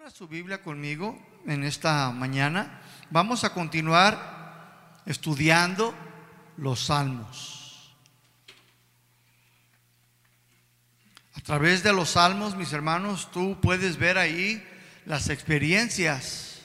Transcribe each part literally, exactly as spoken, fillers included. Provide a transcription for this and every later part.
Abra su Biblia conmigo en esta mañana. Vamos a continuar estudiando los salmos. A través de los salmos, mis hermanos, tú puedes ver ahí las experiencias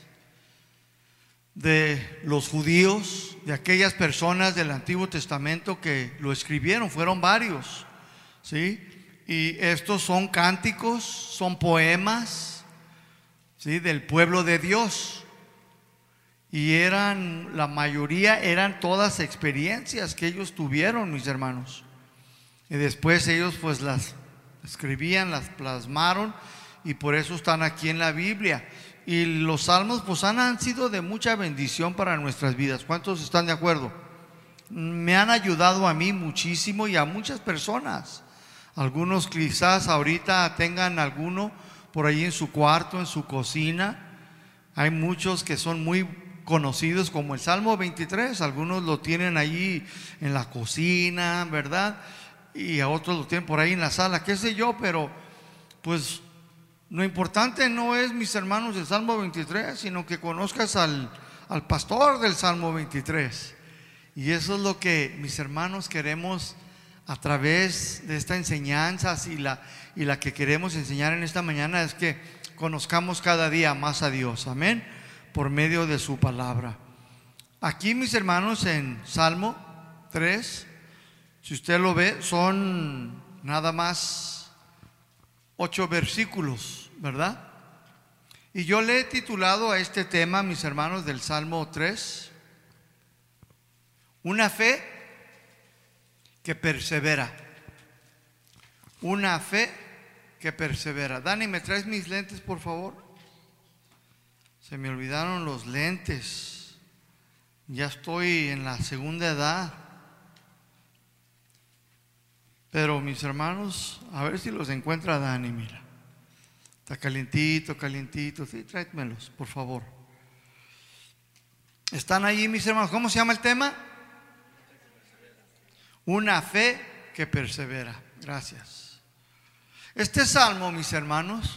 de los judíos, de aquellas personas del Antiguo Testamento que lo escribieron. Fueron varios, ¿sí? Y estos son cánticos, son poemas, ¿sí?, del pueblo de Dios. Y eran, la mayoría eran todas experiencias que ellos tuvieron, mis hermanos. Y después ellos pues las escribían, las plasmaron, y por eso están aquí en la Biblia. Y los salmos pues han, han sido de mucha bendición para nuestras vidas. ¿Cuántos están de acuerdo? Me han ayudado a mí muchísimo y a muchas personas. Algunos quizás ahorita tengan alguno por ahí en su cuarto, en su cocina. Hay muchos que son muy conocidos como el Salmo veintitrés. Algunos lo tienen allí en la cocina, ¿verdad? Y a otros lo tienen por ahí en la sala, qué sé yo. Pero pues lo importante no es, mis hermanos, el Salmo veintitrés, sino que conozcas al, al pastor del Salmo veintitrés. Y eso es lo que, mis hermanos, queremos a través de esta enseñanza, y la, y la que queremos enseñar en esta mañana es que conozcamos cada día más a Dios, amén, por medio de su palabra. Aquí, mis hermanos, en Salmo tres, si usted lo ve, son nada más ocho versículos, ¿verdad? Y yo le he titulado a este tema, mis hermanos, del Salmo tres, una fe que persevera. Una fe que persevera. Dani, ¿me traes mis lentes, por favor? Se me olvidaron los lentes. Ya estoy en la segunda edad. Pero mis hermanos, a ver si los encuentra Dani, mira. Está calientito, calientito. Sí, tráemelos, por favor. ¿Están ahí, mis hermanos? ¿Cómo se llama el tema? Una fe que persevera. Gracias. Este salmo, mis hermanos,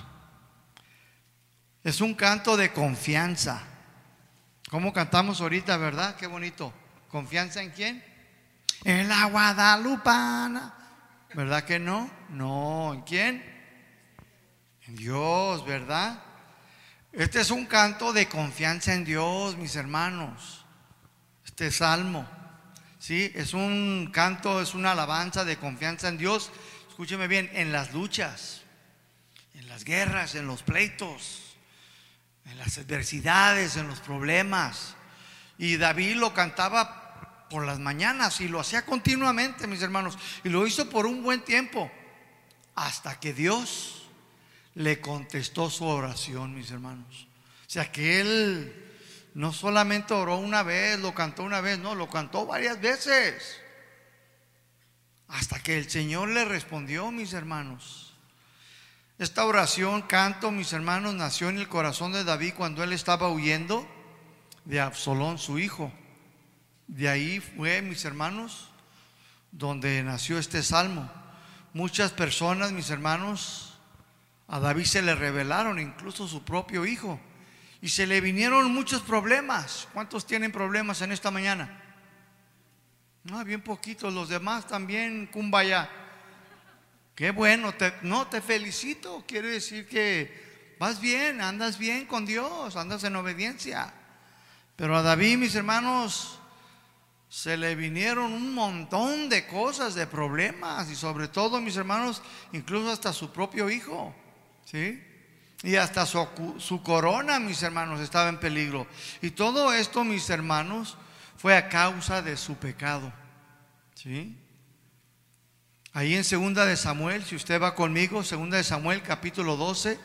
es un canto de confianza. ¿Cómo cantamos ahorita, verdad? Qué bonito. ¿Confianza en quién? En la guadalupana. ¿Verdad que no? No, ¿en quién? En Dios, ¿verdad? Este es un canto de confianza en Dios, mis hermanos. Este salmo, sí, es un canto, es una alabanza de confianza en Dios. Escúcheme bien, en las luchas, en las guerras, en los pleitos, en las adversidades, en los problemas. Y David lo cantaba por las mañanas y lo hacía continuamente, mis hermanos, y lo hizo por un buen tiempo, hasta que Dios le contestó su oración, mis hermanos. O sea que él no solamente oró una vez, lo cantó una vez, no, lo cantó varias veces, hasta que el Señor le respondió, mis hermanos. Esta oración, canto, mis hermanos, nació en el corazón de David cuando él estaba huyendo de Absalón, su hijo. De ahí fue, mis hermanos, donde nació este salmo. Muchas personas, mis hermanos, a David se le rebelaron, incluso su propio hijo, y se le vinieron muchos problemas. ¿Cuántos tienen problemas en esta mañana? No, bien poquitos. Los demás también, kumbaya. Qué bueno, te, no, te felicito. Quiere decir que vas bien, andas bien con Dios, andas en obediencia. Pero a David, mis hermanos, se le vinieron un montón de cosas, de problemas, y sobre todo, mis hermanos, incluso hasta su propio hijo, ¿sí? Y hasta su, su corona, mis hermanos, estaba en peligro. Y todo esto, mis hermanos, fue a causa de su pecado, ¿sí? Ahí en segunda de Samuel, si usted va conmigo, segunda de Samuel capítulo doce.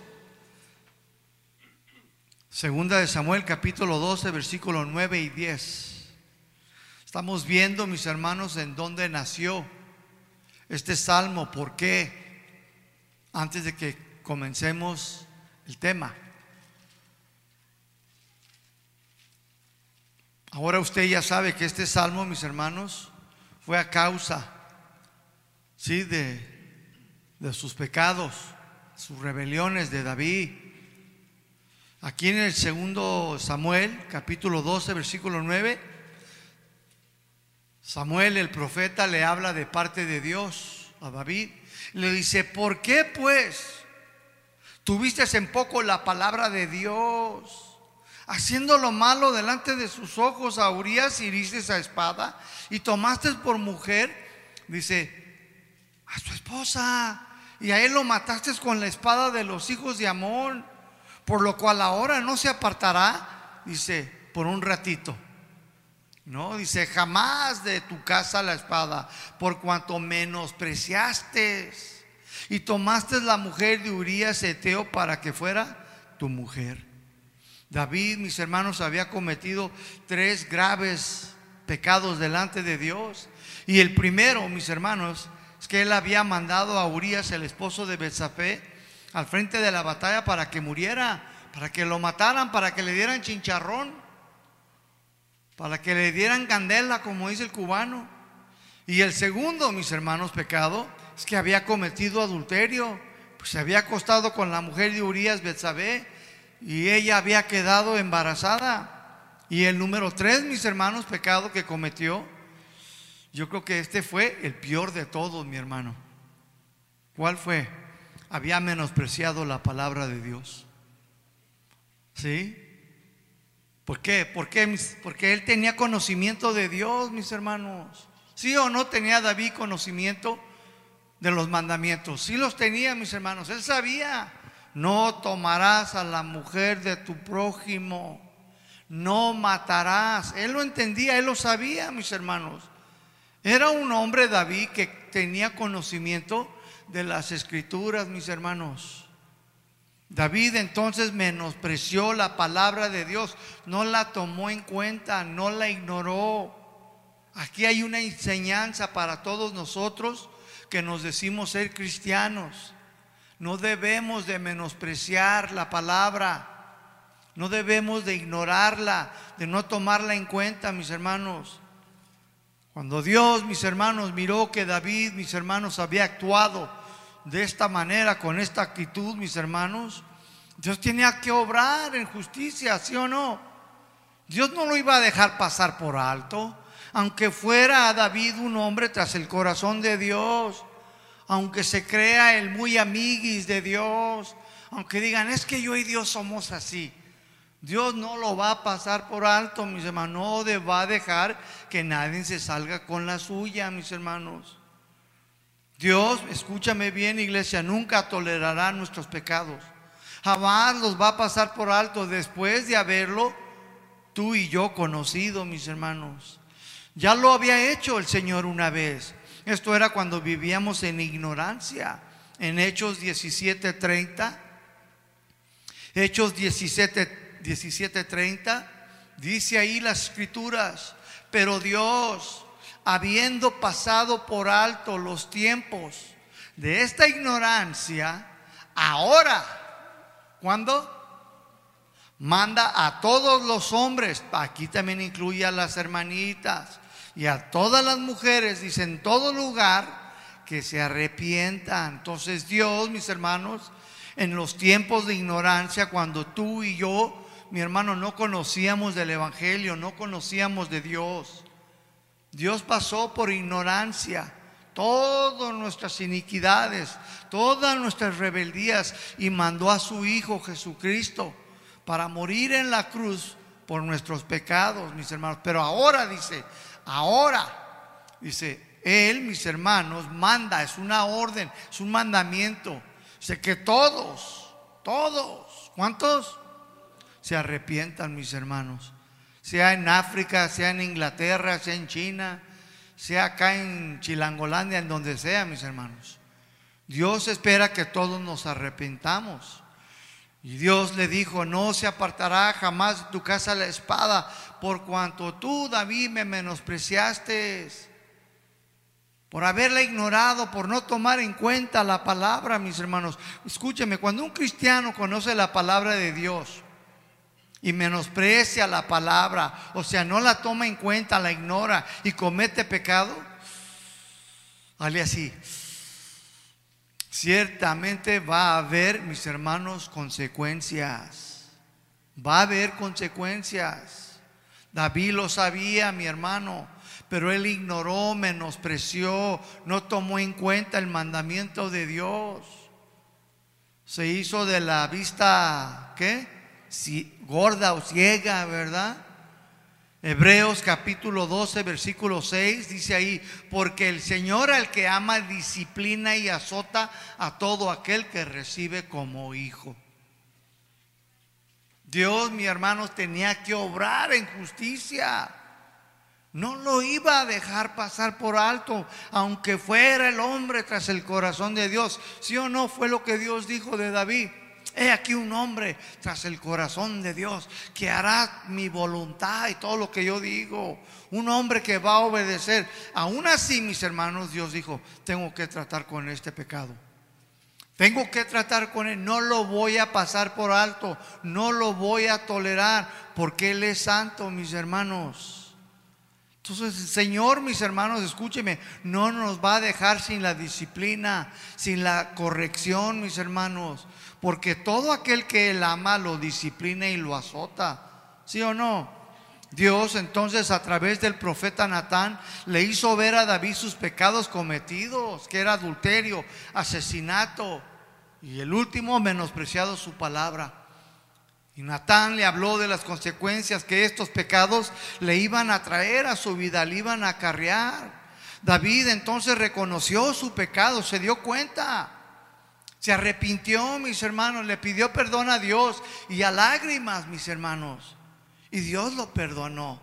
Segunda de Samuel capítulo doce, versículos nueve y diez. Estamos viendo, mis hermanos, en dónde nació este salmo. ¿Por qué? Antes de que comencemos el tema. Ahora usted ya sabe que este salmo, mis hermanos, fue a causa, sí, de, de sus pecados, sus rebeliones de David. Aquí en el segundo Samuel, capítulo doce, versículo nueve, Samuel el profeta le habla de parte de Dios a David. Le dice: ¿por qué pues tuviste en poco la palabra de Dios, haciendo lo malo delante de sus ojos? A Urías hiriste a espada y tomaste por mujer, dice, a su esposa, y a él lo mataste con la espada de los hijos de Amón, por lo cual ahora no se apartará, dice, por un ratito. No, dice, jamás de tu casa la espada, por cuanto menospreciaste y tomaste la mujer de Urías Eteo para que fuera tu mujer. David, mis hermanos, había cometido tres graves pecados delante de Dios. Y el primero, mis hermanos, es que él había mandado a Urías, el esposo de Betsabé, al frente de la batalla para que muriera, para que lo mataran, para que le dieran chincharrón, para que le dieran candela, como dice el cubano. Y el segundo, mis hermanos, pecado es que había cometido adulterio, pues se había acostado con la mujer de Urías, Betsabé, y ella había quedado embarazada. Y el número tres, mis hermanos, pecado que cometió, yo creo que este fue el peor de todos, mi hermano. ¿Cuál fue? Había menospreciado la palabra de Dios. ¿Sí? ¿Por qué? Porque, porque él tenía conocimiento de Dios, mis hermanos. ¿Sí o no tenía David conocimiento de los mandamientos? Sí los tenía, mis hermanos. Él sabía: no tomarás a la mujer de tu prójimo, no matarás. Él lo entendía, él lo sabía, mis hermanos. Era un hombre, David, que tenía conocimiento de las escrituras, mis hermanos. David entonces menospreció la palabra de Dios, no la tomó en cuenta, no la ignoró. Aquí hay una enseñanza para todos nosotros que nos decimos ser cristianos. No debemos de menospreciar la palabra, no debemos de ignorarla, de no tomarla en cuenta, mis hermanos. Cuando Dios, mis hermanos, miró que David, mis hermanos, había actuado de esta manera, con esta actitud, mis hermanos, Dios tenía que obrar en justicia, ¿sí o no? Dios no lo iba a dejar pasar por alto, aunque fuera David un hombre tras el corazón de Dios, aunque se crea el muy amiguis de Dios, aunque digan, es que yo y Dios somos así. Dios no lo va a pasar por alto, mis hermanos. No va a dejar que nadie se salga con la suya, mis hermanos. Dios, escúchame bien, iglesia, nunca tolerará nuestros pecados. Jamás los va a pasar por alto después de haberlo tú y yo conocido, mis hermanos. Ya lo había hecho el Señor una vez. Esto era cuando vivíamos en ignorancia. En Hechos diecisiete treinta, Hechos diecisiete treinta, dice ahí las escrituras: pero Dios, habiendo pasado por alto los tiempos de esta ignorancia, ahora, ¿cuándo? Manda a todos los hombres, aquí también incluye a las hermanitas y a todas las mujeres, dice, en todo lugar, que se arrepientan. Entonces Dios, mis hermanos, en los tiempos de ignorancia, cuando tú y yo, mi hermano, no conocíamos del evangelio, no conocíamos de Dios, Dios pasó por ignorancia todas nuestras iniquidades, todas nuestras rebeldías, y mandó a su Hijo Jesucristo para morir en la cruz por nuestros pecados, mis hermanos. Pero ahora dice, ahora dice, Él, mis hermanos, manda, es una orden, es un mandamiento. Dice que todos, todos, ¿cuántos? Se arrepientan, mis hermanos. Sea en África, sea en Inglaterra, sea en China, sea acá en Chilangolandia, en donde sea, mis hermanos. Dios espera que todos nos arrepentamos. Y Dios le dijo: no se apartará jamás de tu casa la espada, por cuanto tú, David, me menospreciaste, por haberla ignorado, por no tomar en cuenta la palabra, mis hermanos. Escúcheme, cuando un cristiano conoce la palabra de Dios y menosprecia la palabra, o sea, no la toma en cuenta, la ignora y comete pecado, hale así: ciertamente va a haber, mis hermanos, consecuencias. Va a haber consecuencias. David lo sabía, mi hermano, pero él ignoró, menospreció, no tomó en cuenta el mandamiento de Dios. Se hizo de la vista, ¿qué? Si, gorda o ciega, ¿verdad? Hebreos capítulo doce, versículo seis, dice ahí: porque el Señor al que ama disciplina y azota a todo aquel que recibe como hijo. Dios, mis hermanos, tenía que obrar en justicia. No lo iba a dejar pasar por alto, aunque fuera el hombre tras el corazón de Dios. ¿Sí o no? Fue lo que Dios dijo de David: he aquí un hombre tras el corazón de Dios, que hará mi voluntad y todo lo que yo digo. Un hombre que va a obedecer. Aún así, mis hermanos, Dios dijo: tengo que tratar con este pecado. Tengo que tratar con él, no lo voy a pasar por alto, no lo voy a tolerar, porque Él es santo, mis hermanos. Entonces el Señor, mis hermanos, escúcheme, no nos va a dejar sin la disciplina, sin la corrección, mis hermanos, porque todo aquel que Él ama lo disciplina y lo azota. ¿Sí o no? Dios entonces, a través del profeta Natán, le hizo ver a David sus pecados cometidos, que era adulterio, asesinato, y el último, menospreciado su palabra. Y Natán le habló de las consecuencias que estos pecados le iban a traer a su vida, le iban a acarrear. David entonces reconoció su pecado, se dio cuenta, se arrepintió, mis hermanos, le pidió perdón a Dios, y a lágrimas, mis hermanos. Y Dios lo perdonó.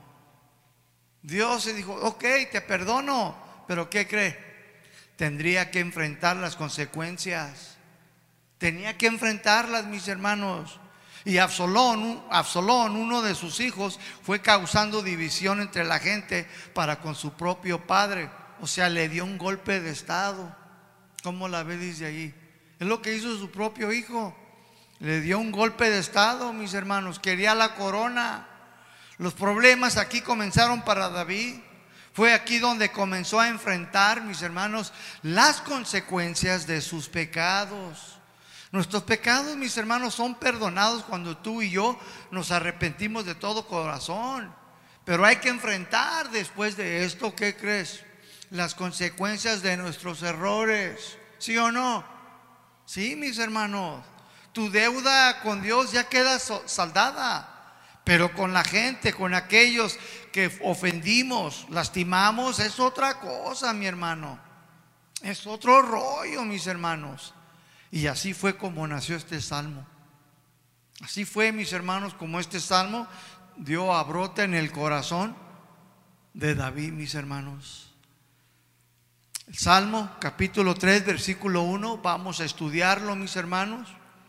Dios se dijo: ok, te perdono, pero ¿qué cree? Tendría que enfrentar las consecuencias. Tenía que enfrentarlas, mis hermanos. Y Absalón, Absalón, uno de sus hijos, fue causando división entre la gente para con su propio padre. O sea, le dio un golpe de estado. ¿Cómo la ve desde allí? Es lo que hizo su propio hijo. Le dio un golpe de estado, mis hermanos. Quería la corona. Los problemas aquí comenzaron para David. Fue aquí donde comenzó a enfrentar, mis hermanos, las consecuencias de sus pecados. Nuestros pecados, mis hermanos, son perdonados cuando tú y yo nos arrepentimos de todo corazón. Pero hay que enfrentar después de esto, ¿qué crees? Las consecuencias de nuestros errores. ¿Sí o no? Sí, mis hermanos. Tu deuda con Dios ya queda saldada. Pero con la gente, con aquellos que ofendimos, lastimamos, es otra cosa, mi hermano. Es otro rollo, mis hermanos. Y así fue como nació este salmo. Así fue, mis hermanos, como este salmo dio a brote en el corazón de David, mis hermanos. El Salmo capítulo tres, versículo uno, vamos a estudiarlo, mis hermanos.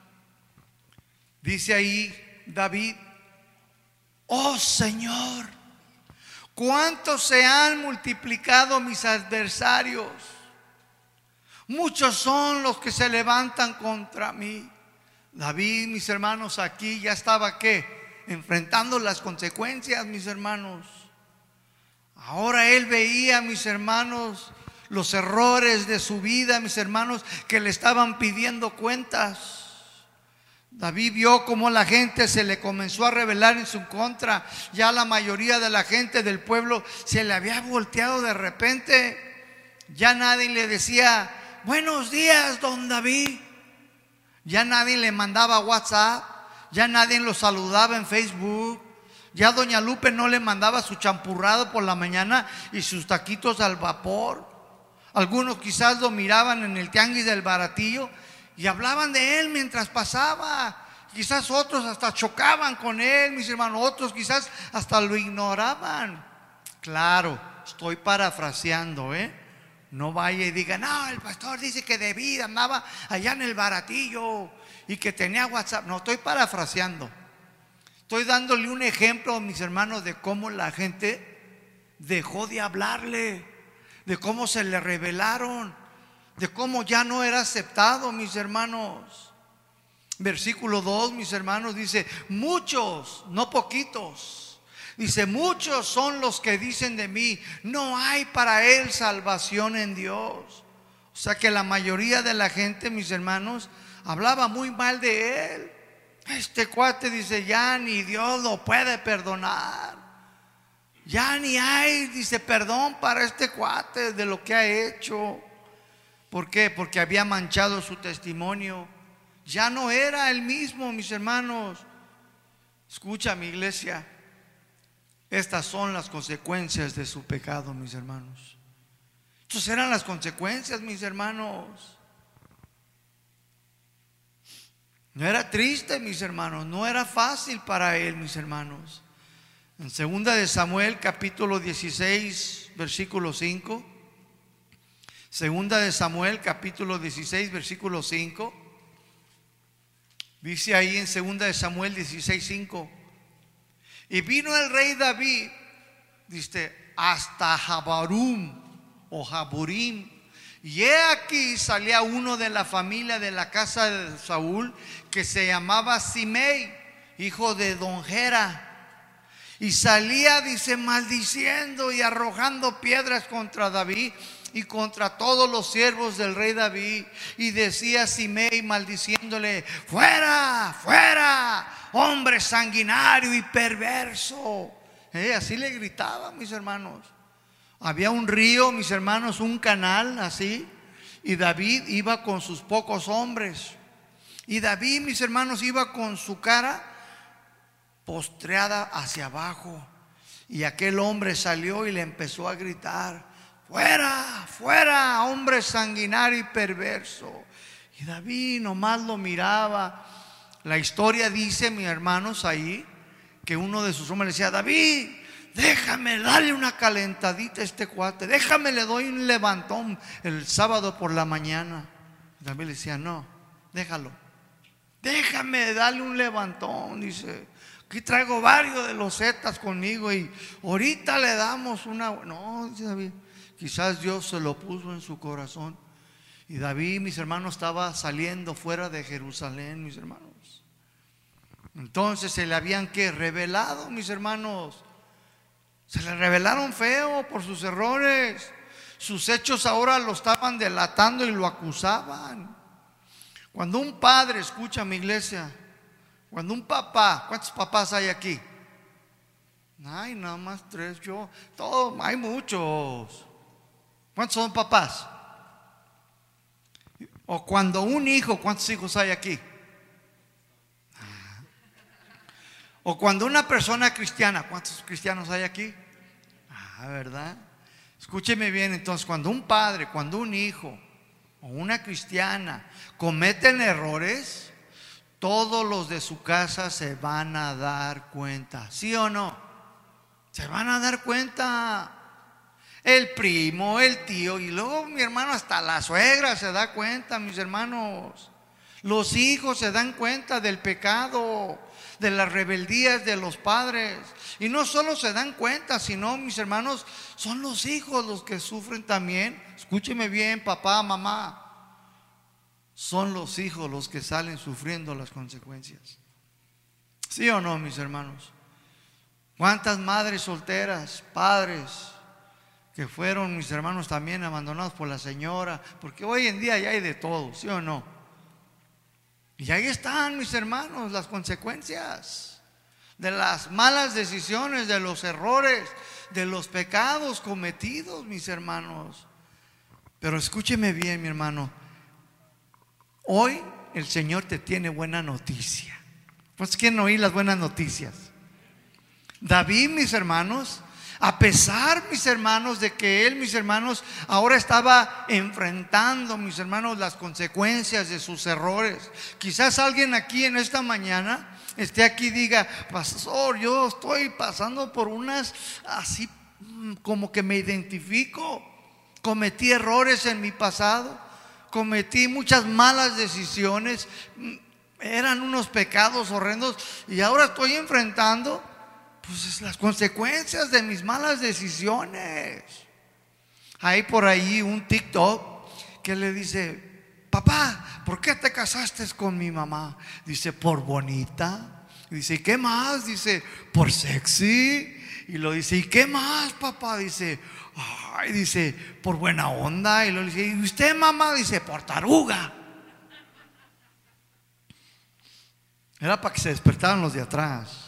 Dice ahí David: oh Señor, cuántos se han multiplicado mis adversarios. Muchos son los que se levantan contra mí. David, mis hermanos, aquí ya estaba, ¿qué? Enfrentando las consecuencias, mis hermanos. Ahora él veía, mis hermanos, los errores de su vida, mis hermanos, que le estaban pidiendo cuentas. David vio cómo la gente se le comenzó a rebelar en su contra. Ya la mayoría de la gente del pueblo se le había volteado de repente. Ya nadie le decía: buenos días, don David. Ya nadie le mandaba WhatsApp. Ya nadie lo saludaba en Facebook. Ya doña Lupe no le mandaba su champurrado por la mañana y sus taquitos al vapor. Algunos quizás lo miraban en el tianguis del Baratillo y hablaban de él mientras pasaba. Quizás otros hasta chocaban con él, mis hermanos. Otros quizás hasta lo ignoraban. Claro, estoy parafraseando, ¿eh? No vaya y diga: no, el pastor dice que David andaba allá en el Baratillo y que tenía WhatsApp. No, estoy parafraseando. Estoy dándole un ejemplo, mis hermanos, de cómo la gente dejó de hablarle, de cómo se le rebelaron, de cómo ya no era aceptado, mis hermanos. Versículo dos, mis hermanos, dice: muchos, no poquitos. Dice: muchos son los que dicen de mí, no hay para él salvación en Dios. O sea que la mayoría de la gente, mis hermanos, hablaba muy mal de él. Este cuate dice, ya ni Dios lo puede perdonar. Ya ni hay, dice, perdón para este cuate de lo que ha hecho. ¿Por qué? Porque había manchado su testimonio. Ya no era el mismo, mis hermanos. Escucha, mi iglesia, estas son las consecuencias de su pecado, mis hermanos. Estas eran las consecuencias, mis hermanos. No era triste, mis hermanos, no era fácil para él, mis hermanos. En segunda de Samuel, capítulo dieciséis, versículo cinco. Segunda de Samuel, capítulo dieciséis, versículo cinco. Dice ahí en segunda de Samuel dieciséis, cinco. Y vino el rey David, dice, hasta Jabarum o Jaburim. Y he aquí salía uno de la familia de la casa de Saúl, que se llamaba Simei, hijo de Don Gera. Y salía, dice, maldiciendo y arrojando piedras contra David y contra todos los siervos del rey David. Y decía Simei maldiciéndole: fuera, fuera, hombre sanguinario y perverso. Eh, así le gritaba, mis hermanos. Había un río, mis hermanos, un canal así, y David iba con sus pocos hombres. Y David, mis hermanos, iba con su cara postreada hacia abajo. Y aquel hombre salió y le empezó a gritar: fuera, fuera, hombre sanguinario y perverso. Y David nomás lo miraba. La historia dice, mis hermanos, ahí, que uno de sus hombres le decía: David, déjame darle una calentadita a este cuate, déjame le doy un levantón el sábado por la mañana. David le decía: no, déjalo, déjame darle un levantón. Dice: aquí traigo varios de los zetas conmigo y ahorita le damos una. No, dice David, quizás Dios se lo puso en su corazón. Y David, mis hermanos, estaba saliendo fuera de Jerusalén, mis hermanos. Entonces se le habían que revelado, mis hermanos. Se le revelaron feo por sus errores. Sus hechos ahora lo estaban delatando y lo acusaban. Cuando un padre, escucha, mi iglesia, cuando un papá, ¿cuántos papás hay aquí? Ay, nada más tres, yo, todos, hay muchos. ¿Cuántos son papás? O cuando un hijo, ¿cuántos hijos hay aquí? O cuando una persona cristiana, ¿cuántos cristianos hay aquí? Ah, ¿verdad? Escúcheme bien, entonces, cuando un padre, cuando un hijo o una cristiana cometen errores, todos los de su casa se van a dar cuenta, ¿sí o no? Se van a dar cuenta. El primo, el tío, y luego, mi hermano, hasta la suegra se da cuenta, mis hermanos. Los hijos se dan cuenta del pecado, de las rebeldías de los padres. Y no solo se dan cuenta, sino, mis hermanos, son los hijos los que sufren también. Escúcheme bien, papá, mamá. Son los hijos los que salen sufriendo las consecuencias. ¿Sí o no, mis hermanos? ¿Cuántas madres solteras, padres que fueron, mis hermanos, también abandonados por la señora? Porque hoy en día ya hay de todo, ¿sí o no? Y ahí están, mis hermanos, las consecuencias de las malas decisiones, de los errores, de los pecados cometidos, mis hermanos. Pero escúcheme bien, mi hermano. Hoy el Señor te tiene buena noticia. ¿Pues quieren oír las buenas noticias? David, mis hermanos, a pesar, mis hermanos, de que él, mis hermanos, ahora estaba enfrentando, mis hermanos, las consecuencias de sus errores. Quizás alguien aquí en esta mañana esté aquí y diga: pastor, yo estoy pasando por unas así como que me identifico. Cometí errores en mi pasado, cometí muchas malas decisiones, eran unos pecados horrendos y ahora estoy enfrentando pues las consecuencias de mis malas decisiones. Hay por ahí un TikTok que le dice: papá, ¿por qué te casaste con mi mamá? Dice: por bonita. Dice: ¿y qué más? Dice: por sexy. Y lo dice: ¿y qué más, papá? Dice: ay, dice, por buena onda. Y lo dice: ¿y usted, mamá? Dice: por taruga. Era para que se despertaran los de atrás.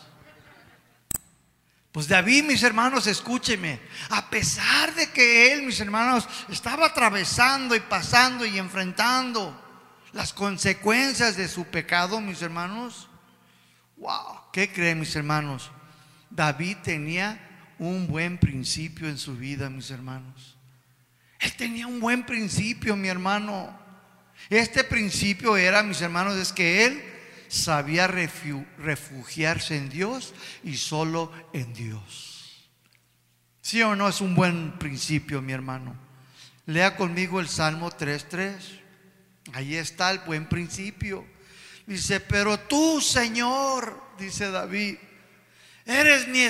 Pues David, mis hermanos, escúcheme, a pesar de que él, mis hermanos, estaba atravesando y pasando y enfrentando las consecuencias de su pecado, mis hermanos, wow, ¿qué creen, mis hermanos? David tenía un buen principio en su vida, mis hermanos. Él tenía un buen principio, mi hermano. Este principio era, mis hermanos, es que él sabía refugiarse en Dios y solo en Dios. ¿Sí o no? Es un buen principio, mi hermano. Lea conmigo el Salmo tres tres. Ahí está el buen principio. Dice: pero tú, Señor, dice David, eres mi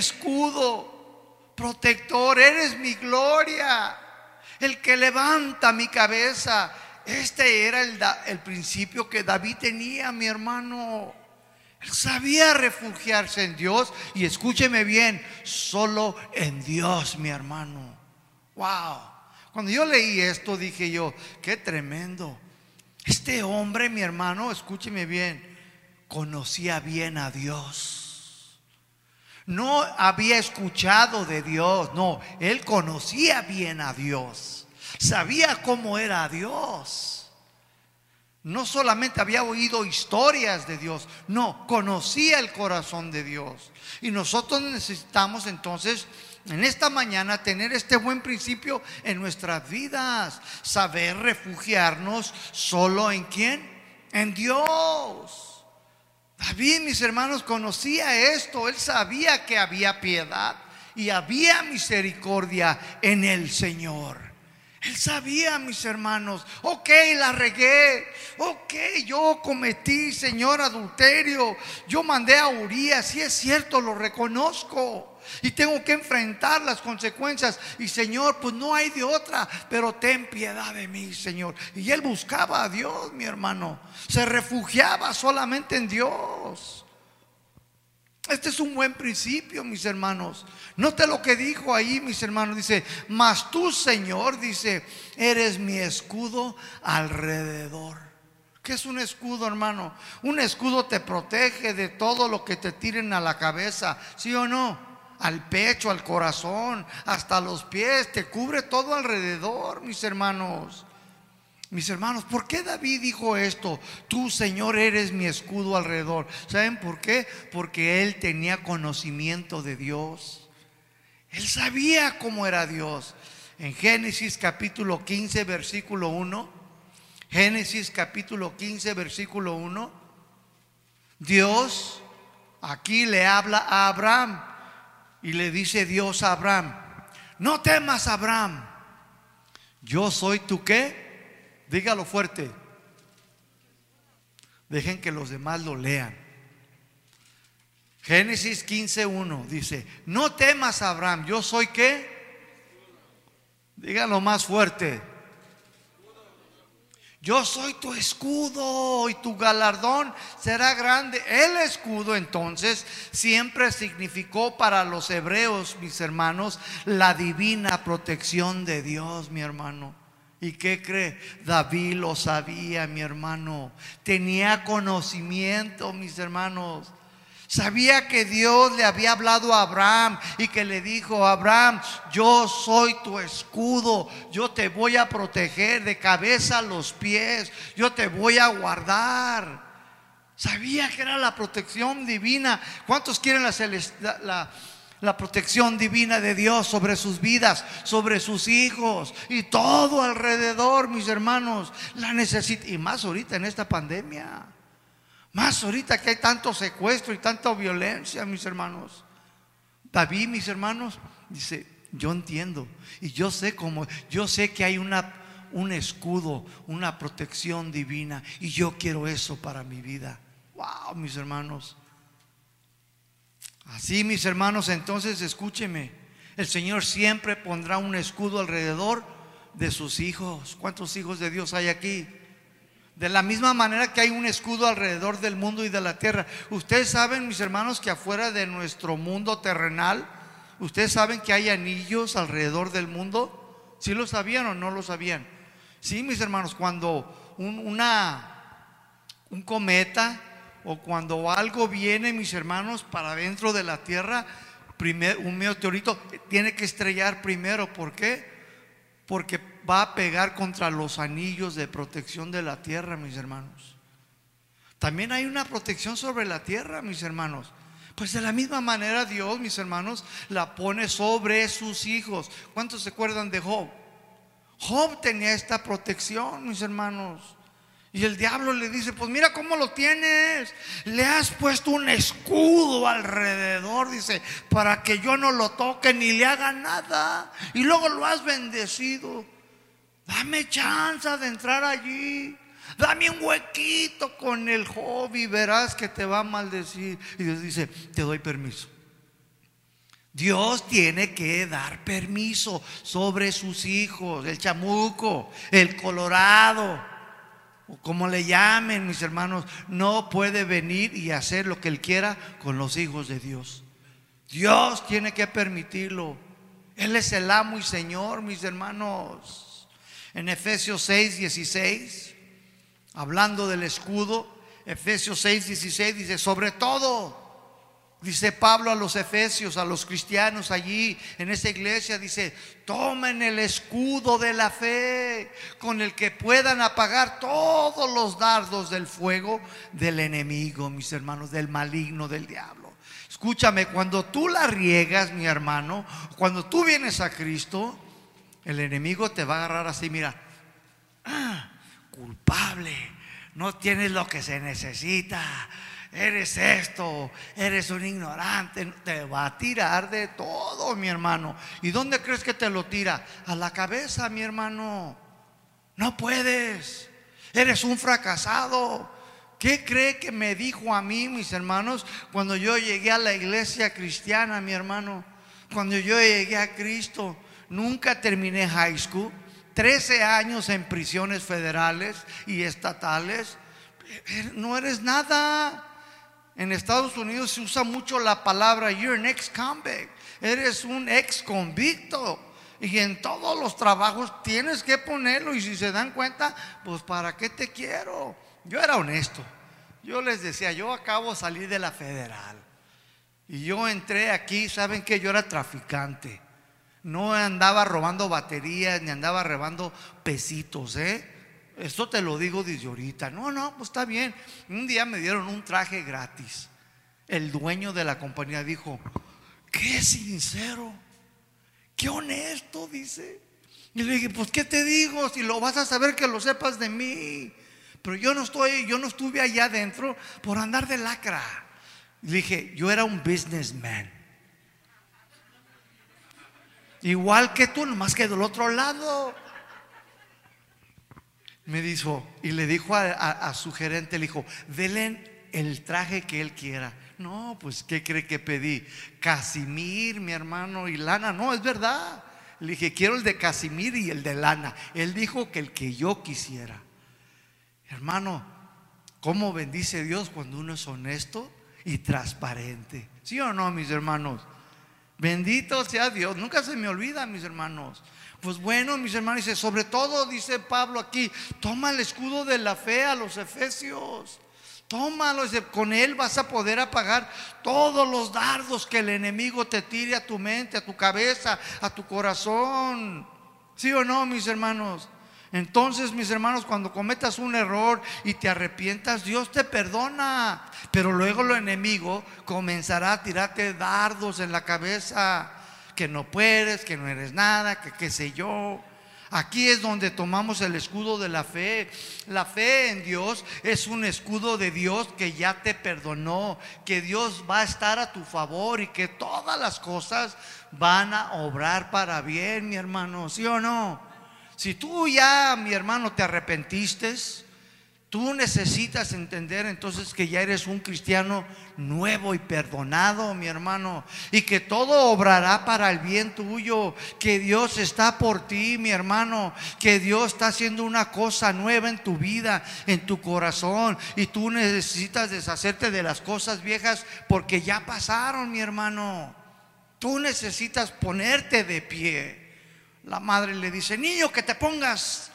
escudo protector, eres mi gloria, el que levanta mi cabeza. Este era el, el principio que David tenía, mi hermano. Él sabía refugiarse en Dios. Y escúcheme bien, solo en Dios, mi hermano. Wow. Cuando yo leí esto dije yo, qué tremendo. Este hombre, mi hermano, escúcheme bien, conocía bien a Dios. No había escuchado de Dios, no, él conocía bien a Dios. Sabía cómo era Dios. No solamente había oído historias de Dios, no, conocía el corazón de Dios. Y nosotros necesitamos entonces en esta mañana tener este buen principio en nuestras vidas. Saber refugiarnos solo en ¿quién? En Dios. David, mis hermanos, conocía esto. Él sabía que había piedad y había misericordia en el Señor. Él sabía, mis hermanos, ok, la regué, ok, yo cometí, Señor, adulterio, yo mandé a Urías, sí es cierto, lo reconozco y tengo que enfrentar las consecuencias. Y Señor, pues no hay de otra, pero ten piedad de mí, Señor. Y él buscaba a Dios, mi hermano, se refugiaba solamente en Dios. Este es un buen principio, mis hermanos. Note lo que dijo ahí, mis hermanos. Dice: mas tú, Señor, dice, eres mi escudo alrededor. ¿Qué es un escudo, hermano? Un escudo te protege de todo lo que te tiren a la cabeza, ¿sí o no? Al pecho, al corazón, hasta los pies. Te cubre todo alrededor, mis hermanos. Mis hermanos, ¿por qué David dijo esto? Tú, Señor, eres mi escudo alrededor. ¿Saben por qué? Porque él tenía conocimiento de Dios. Él sabía cómo era Dios. En Génesis capítulo quince, versículo uno. Génesis capítulo quince, versículo uno. Dios aquí le habla a Abraham y le dice Dios a Abraham: no temas, Abraham, yo soy tu ¿qué? Dígalo fuerte. Dejen que los demás lo lean. Génesis quince uno dice: no temas, Abraham, yo soy ¿qué? Dígalo más fuerte. Yo soy tu escudo y tu galardón será grande. El escudo entonces siempre significó para los hebreos, mis hermanos, la divina protección de Dios, mi hermano. ¿Y qué cree? David lo sabía, mi hermano. Tenía conocimiento, mis hermanos. Sabía que Dios le había hablado a Abraham y que le dijo: Abraham, yo soy tu escudo, yo te voy a proteger de cabeza a los pies, yo te voy a guardar. Sabía que era la protección divina. ¿Cuántos quieren la, la, la, la protección divina de Dios sobre sus vidas, sobre sus hijos y todo alrededor, mis hermanos? La necesitan, y más ahorita en esta pandemia. Más ahorita que hay tanto secuestro y tanta violencia, mis hermanos. David, mis hermanos, dice: yo entiendo y yo sé cómo, yo sé que hay una, un escudo, una protección divina, y yo quiero eso para mi vida. Wow, mis hermanos. Así, mis hermanos, entonces escúcheme, el Señor siempre pondrá un escudo alrededor de sus hijos. ¿Cuántos hijos de Dios hay aquí? De la misma manera que hay un escudo alrededor del mundo y de la tierra. Ustedes saben, mis hermanos, que afuera de nuestro mundo terrenal, ustedes saben que hay anillos alrededor del mundo. ¿Sí lo sabían o no lo sabían? Sí, mis hermanos, cuando un, una, un cometa o cuando algo viene, mis hermanos, para dentro de la tierra, primer, un meteorito tiene que estrellar primero. ¿Por qué? Porque va a pegar contra los anillos de protección de la tierra, mis hermanos. También hay una protección sobre la tierra, mis hermanos. Pues de la misma manera Dios, mis hermanos, la pone sobre sus hijos. ¿Cuántos se acuerdan de Job? Job tenía esta protección, mis hermanos. Y el diablo le dice: pues mira cómo lo tienes, le has puesto un escudo alrededor, dice, para que yo no lo toque ni le haga nada. Y luego lo has bendecido. Dame chance de entrar allí, dame un huequito con el Job y verás que te va a maldecir. Y Dios dice: te doy permiso. Dios tiene que dar permiso sobre sus hijos. El chamuco, el colorado, o como le llamen, mis hermanos, no puede venir y hacer lo que él quiera con los hijos de Dios. Dios tiene que permitirlo. Él es el amo y Señor, mis hermanos. En Efesios seis dieciséis, hablando del escudo, Efesios seis dieciséis dice: sobre todo, dice Pablo a los efesios, a los cristianos allí en esa iglesia, dice: tomen el escudo de la fe, con el que puedan apagar todos los dardos del fuego del enemigo, mis hermanos, del maligno, del diablo. Escúchame, cuando tú la riegas, mi hermano, cuando tú vienes a Cristo, el enemigo te va a agarrar así, mira, ah, culpable, no tienes lo que se necesita, eres esto, eres un ignorante. Te va a tirar de todo, mi hermano. ¿Y dónde crees que te lo tira? A la cabeza, mi hermano. No puedes, eres un fracasado. ¿Qué cree que me dijo a mí, mis hermanos, cuando yo llegué a la iglesia cristiana, mi hermano? Cuando yo llegué a Cristo, nunca terminé high school, trece años en prisiones federales y estatales. No eres nada. En Estados Unidos se usa mucho la palabra you're an ex-convict. Eres un ex-convicto. Y en todos los trabajos tienes que ponerlo. Y si se dan cuenta, pues ¿para qué te quiero? Yo era honesto. Yo les decía: yo acabo de salir de la federal y yo entré aquí. ¿Saben qué? Yo era traficante. No andaba robando baterías ni andaba robando pesitos, ¿eh? Esto te lo digo desde ahorita. No, no, pues está bien. Un día me dieron un traje gratis. El dueño de la compañía dijo: qué sincero, qué honesto, dice. Y le dije: pues qué te digo, si lo vas a saber, que lo sepas de mí. Pero yo no estoy, yo no estuve allá adentro por andar de lacra. Y le dije: yo era un businessman, igual que tú, nomás que del otro lado. Me dijo, y le dijo a, a, a su gerente, le dijo: denle el traje que él quiera. No, pues ¿qué cree que pedí? Casimir, mi hermano, y lana. No, es verdad. Le dije: quiero el de casimir y el de lana. Él dijo que el que yo quisiera. Hermano, ¿cómo bendice Dios cuando uno es honesto y transparente? ¿Sí o no, mis hermanos? Bendito sea Dios. Nunca se me olvida, mis hermanos. Pues bueno, mis hermanos, dice: sobre todo, dice Pablo aquí, toma el escudo de la fe a los efesios. Tómalo, dice, con él vas a poder apagar todos los dardos que el enemigo te tire a tu mente, a tu cabeza, a tu corazón. ¿Sí o no, mis hermanos? Entonces, mis hermanos, cuando cometas un error y te arrepientas, Dios te perdona. Pero luego el enemigo comenzará a tirarte dardos en la cabeza, que no puedes, que no eres nada, que qué sé yo. Aquí es donde tomamos el escudo de la fe. La fe en Dios es un escudo de Dios que ya te perdonó, que Dios va a estar a tu favor y que todas las cosas van a obrar para bien, mi hermano. ¿Sí o no? Si tú ya, mi hermano, te arrepentiste, tú necesitas entender entonces que ya eres un cristiano nuevo y perdonado, mi hermano, y que todo obrará para el bien tuyo, que Dios está por ti, mi hermano, que Dios está haciendo una cosa nueva en tu vida, en tu corazón, y tú necesitas deshacerte de las cosas viejas porque ya pasaron, mi hermano. Tú necesitas ponerte de pie. La madre le dice: niño, que te pongas.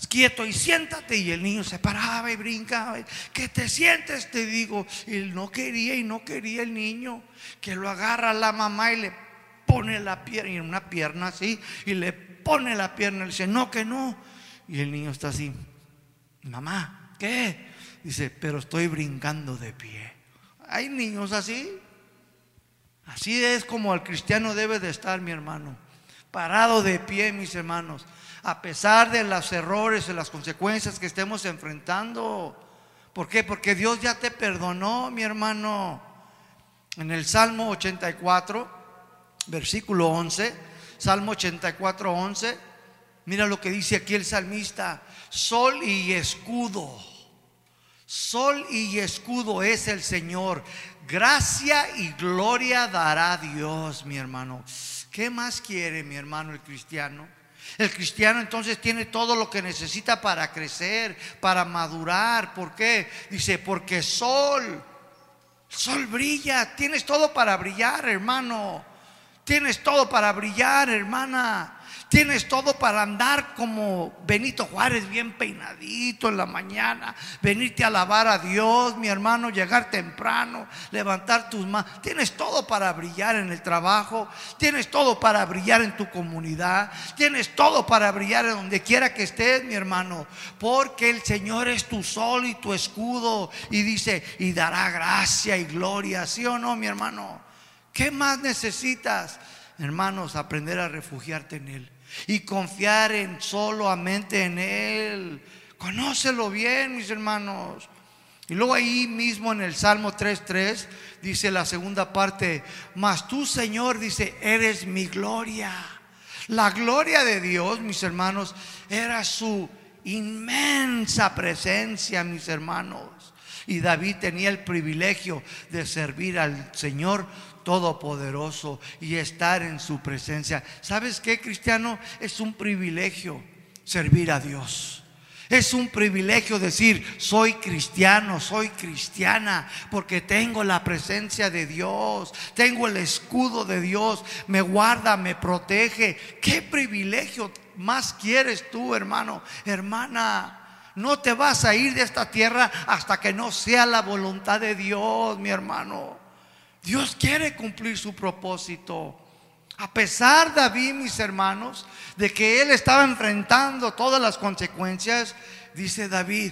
quieto y siéntate. Y el niño se paraba y brincaba. Que te sientes, te digo. Y él no quería y no quería el niño. Que lo agarra la mamá y le pone la pierna, y una pierna así, y le pone la pierna. Le dice, no, que no. Y el niño está así, mamá, ¿qué? Dice, pero estoy brincando de pie. Hay niños así. Así es como el cristiano debe de estar, mi hermano, parado de pie, mis hermanos, a pesar de los errores y las consecuencias que estemos enfrentando. ¿Por qué? Porque Dios ya te perdonó, mi hermano. En el Salmo ochenta y cuatro, versículo once, Salmo ochenta y cuatro, once, mira lo que dice aquí el salmista: sol y escudo, sol y escudo es el Señor, gracia y gloria dará Dios, mi hermano. ¿Qué más quiere, mi hermano, el cristiano? El cristiano entonces tiene todo lo que necesita para crecer, para madurar. ¿Por qué? Dice, porque sol, sol brilla. Tienes todo para brillar, hermano. Tienes todo para brillar, hermana. Tienes todo para andar como Benito Juárez, bien peinadito en la mañana, venirte a alabar a Dios, mi hermano, llegar temprano, levantar tus manos. Tienes todo para brillar en el trabajo, tienes todo para brillar en tu comunidad, tienes todo para brillar en donde quiera que estés, mi hermano, porque el Señor es tu sol y tu escudo. Y dice, y dará gracia y gloria. ¿Sí o no, mi hermano? ¿Qué más necesitas, hermanos? Aprender a refugiarte en Él y confiar en solamente en Él. Conócelo bien, mis hermanos. Y luego ahí mismo en el Salmo tres, tres dice la segunda parte: mas tú, Señor, dice, eres mi gloria. La gloria de Dios, mis hermanos, era su inmensa presencia, mis hermanos. Y David tenía el privilegio de servir al Señor Todopoderoso y estar en su presencia. ¿Sabes qué, cristiano? Es un privilegio servir a Dios. Es un privilegio decir, soy cristiano, soy cristiana, porque tengo la presencia de Dios, tengo el escudo de Dios, me guarda, me protege. ¿Qué privilegio más quieres tú, hermano, hermana? No te vas a ir de esta tierra hasta que no sea la voluntad de Dios, mi hermano. Dios quiere cumplir su propósito. A pesar, David, mis hermanos, de que él estaba enfrentando todas las consecuencias, dice David,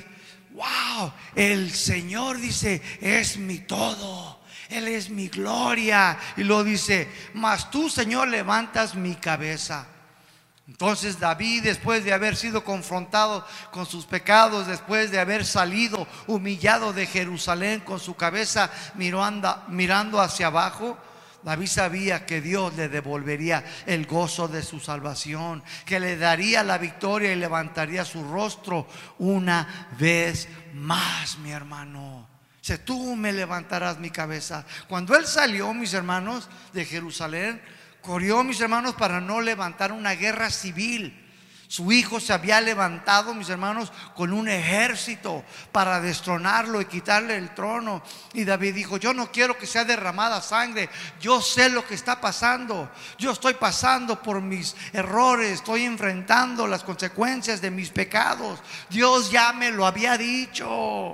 wow, el Señor, dice, es mi todo, Él es mi gloria. Y lo dice, mas tú, Señor, levantas mi cabeza. Entonces David, después de haber sido confrontado con sus pecados, después de haber salido humillado de Jerusalén con su cabeza mirando, mirando hacia abajo, David sabía que Dios le devolvería el gozo de su salvación, que le daría la victoria y levantaría su rostro una vez más, mi hermano. Dice, tú me levantarás mi cabeza. Cuando él salió, mis hermanos, de Jerusalén, corrió, mis hermanos, para no levantar una guerra civil. Su hijo se había levantado, mis hermanos, con un ejército para destronarlo y quitarle el trono. Y David dijo, yo no quiero que sea derramada sangre. Yo sé lo que está pasando. Yo estoy pasando por mis errores. Estoy enfrentando las consecuencias de mis pecados. Dios ya me lo había dicho.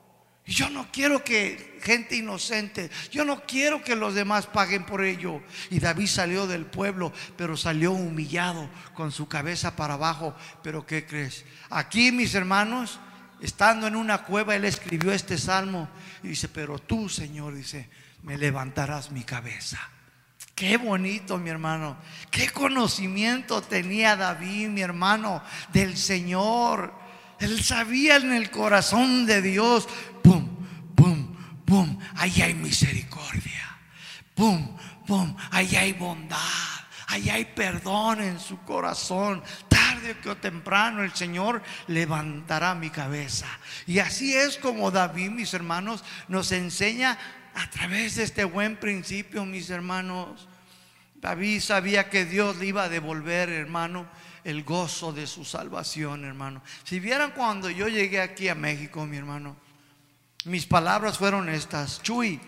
Y yo no quiero que gente inocente, yo no quiero que los demás paguen por ello. Y David salió del pueblo, pero salió humillado, con su cabeza para abajo. Pero ¿qué crees? Aquí, mis hermanos, estando en una cueva, él escribió este salmo. Y dice, pero tú, Señor, dice, me levantarás mi cabeza. Qué bonito, mi hermano. Qué conocimiento tenía David, mi hermano, del Señor. Él sabía en el corazón de Dios, pum, pum, pum, ahí hay misericordia, pum, pum, ahí hay bondad, ahí hay perdón en su corazón. Tarde o temprano el Señor levantará mi cabeza. Y así es como David, mis hermanos, nos enseña a través de este buen principio, mis hermanos. David sabía que Dios le iba a devolver, hermano, el gozo de su salvación, hermano. Si vieran cuando yo llegué aquí a México, mi hermano, mis palabras fueron estas: Chuy,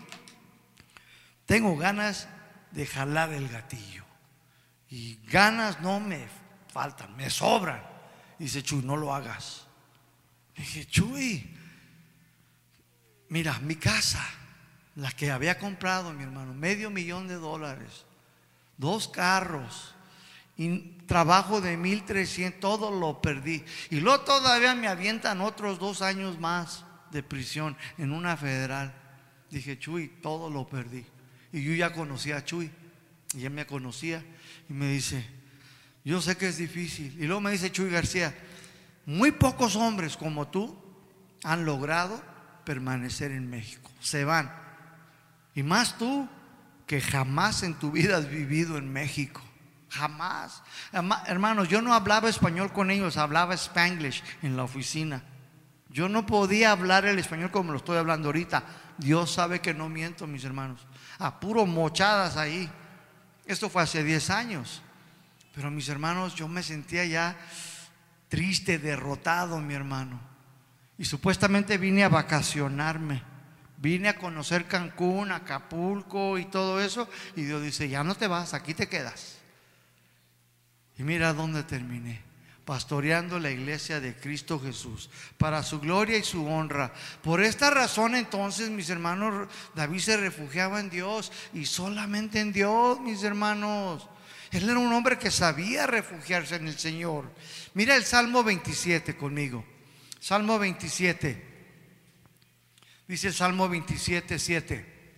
tengo ganas de jalar el gatillo. Y ganas no me faltan, me sobran. Dice: Chuy, no lo hagas. Dije: Chuy, mira, mi casa, la que había comprado, mi hermano, medio millón de dólares, dos carros y trabajo de mil trescientos, todo lo perdí. Y luego todavía me avientan otros dos años más de prisión en una federal. Dije: Chuy, todo lo perdí. Y yo ya conocía a Chuy, y él me conocía, y me dice: yo sé que es difícil. Y luego me dice Chuy García: muy pocos hombres como tú han logrado permanecer en México, se van. Y más tú, que jamás en tu vida has vivido en México. Jamás. Hermanos, yo no hablaba español con ellos, hablaba Spanglish en la oficina. Yo no podía hablar el español como lo estoy hablando ahorita. Dios sabe que no miento, mis hermanos. A puro mochadas ahí. Esto fue hace diez años. Pero mis hermanos, yo me sentía ya triste, derrotado, mi hermano. Y supuestamente vine a vacacionarme. Vine a conocer Cancún, Acapulco y todo eso. Y Dios dice: ya no te vas, aquí te quedas. Y mira dónde terminé: pastoreando la iglesia de Cristo Jesús para su gloria y su honra. Por esta razón entonces, mis hermanos, David se refugiaba en Dios, y solamente en Dios, mis hermanos. Él era un hombre que sabía refugiarse en el Señor. Mira el Salmo veintisiete conmigo. Salmo veintisiete. Dice el Salmo veintisiete, siete.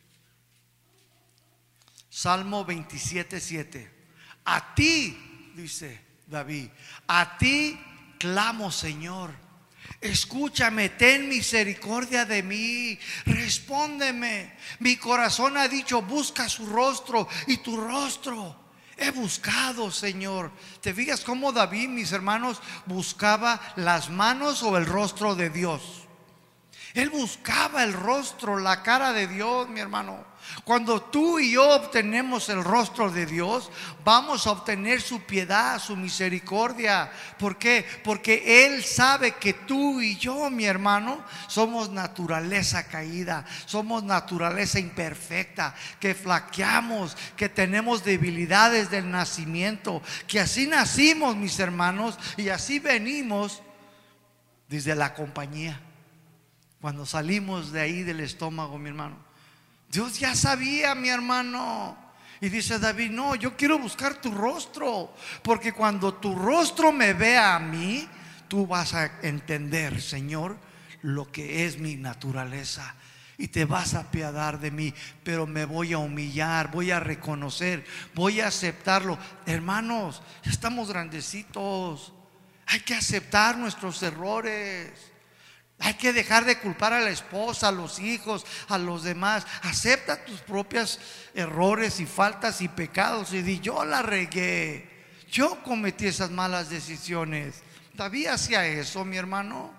Salmo veintisiete, siete. A ti, dice David, a ti clamo, Señor. Escúchame, ten misericordia de mí, respóndeme. Mi corazón ha dicho: busca su rostro, y tu rostro he buscado, Señor. ¿Te fijas cómo David, mis hermanos, buscaba las manos o el rostro de Dios? Él buscaba el rostro, la cara de Dios, mi hermano. Cuando tú y yo obtenemos el rostro de Dios, vamos a obtener su piedad, su misericordia. ¿Por qué? Porque Él sabe que tú y yo, mi hermano, somos naturaleza caída, somos naturaleza imperfecta, que flaqueamos, que tenemos debilidades del nacimiento, que así nacimos, mis hermanos, y así venimos desde la compañía. Cuando salimos de ahí del estómago, mi hermano, Dios ya sabía, mi hermano. Y dice David: no, yo quiero buscar tu rostro, porque cuando tu rostro me vea a mí, tú vas a entender, Señor, lo que es mi naturaleza, y te vas a apiadar de mí. Pero me voy a humillar, voy a reconocer, voy a aceptarlo. Hermanos, ya estamos grandecitos. Hay que aceptar nuestros errores. Hay que dejar de culpar a la esposa, a los hijos, a los demás. Acepta tus propios errores y faltas y pecados y di: yo la regué, yo cometí esas malas decisiones. David hacía eso, mi hermano.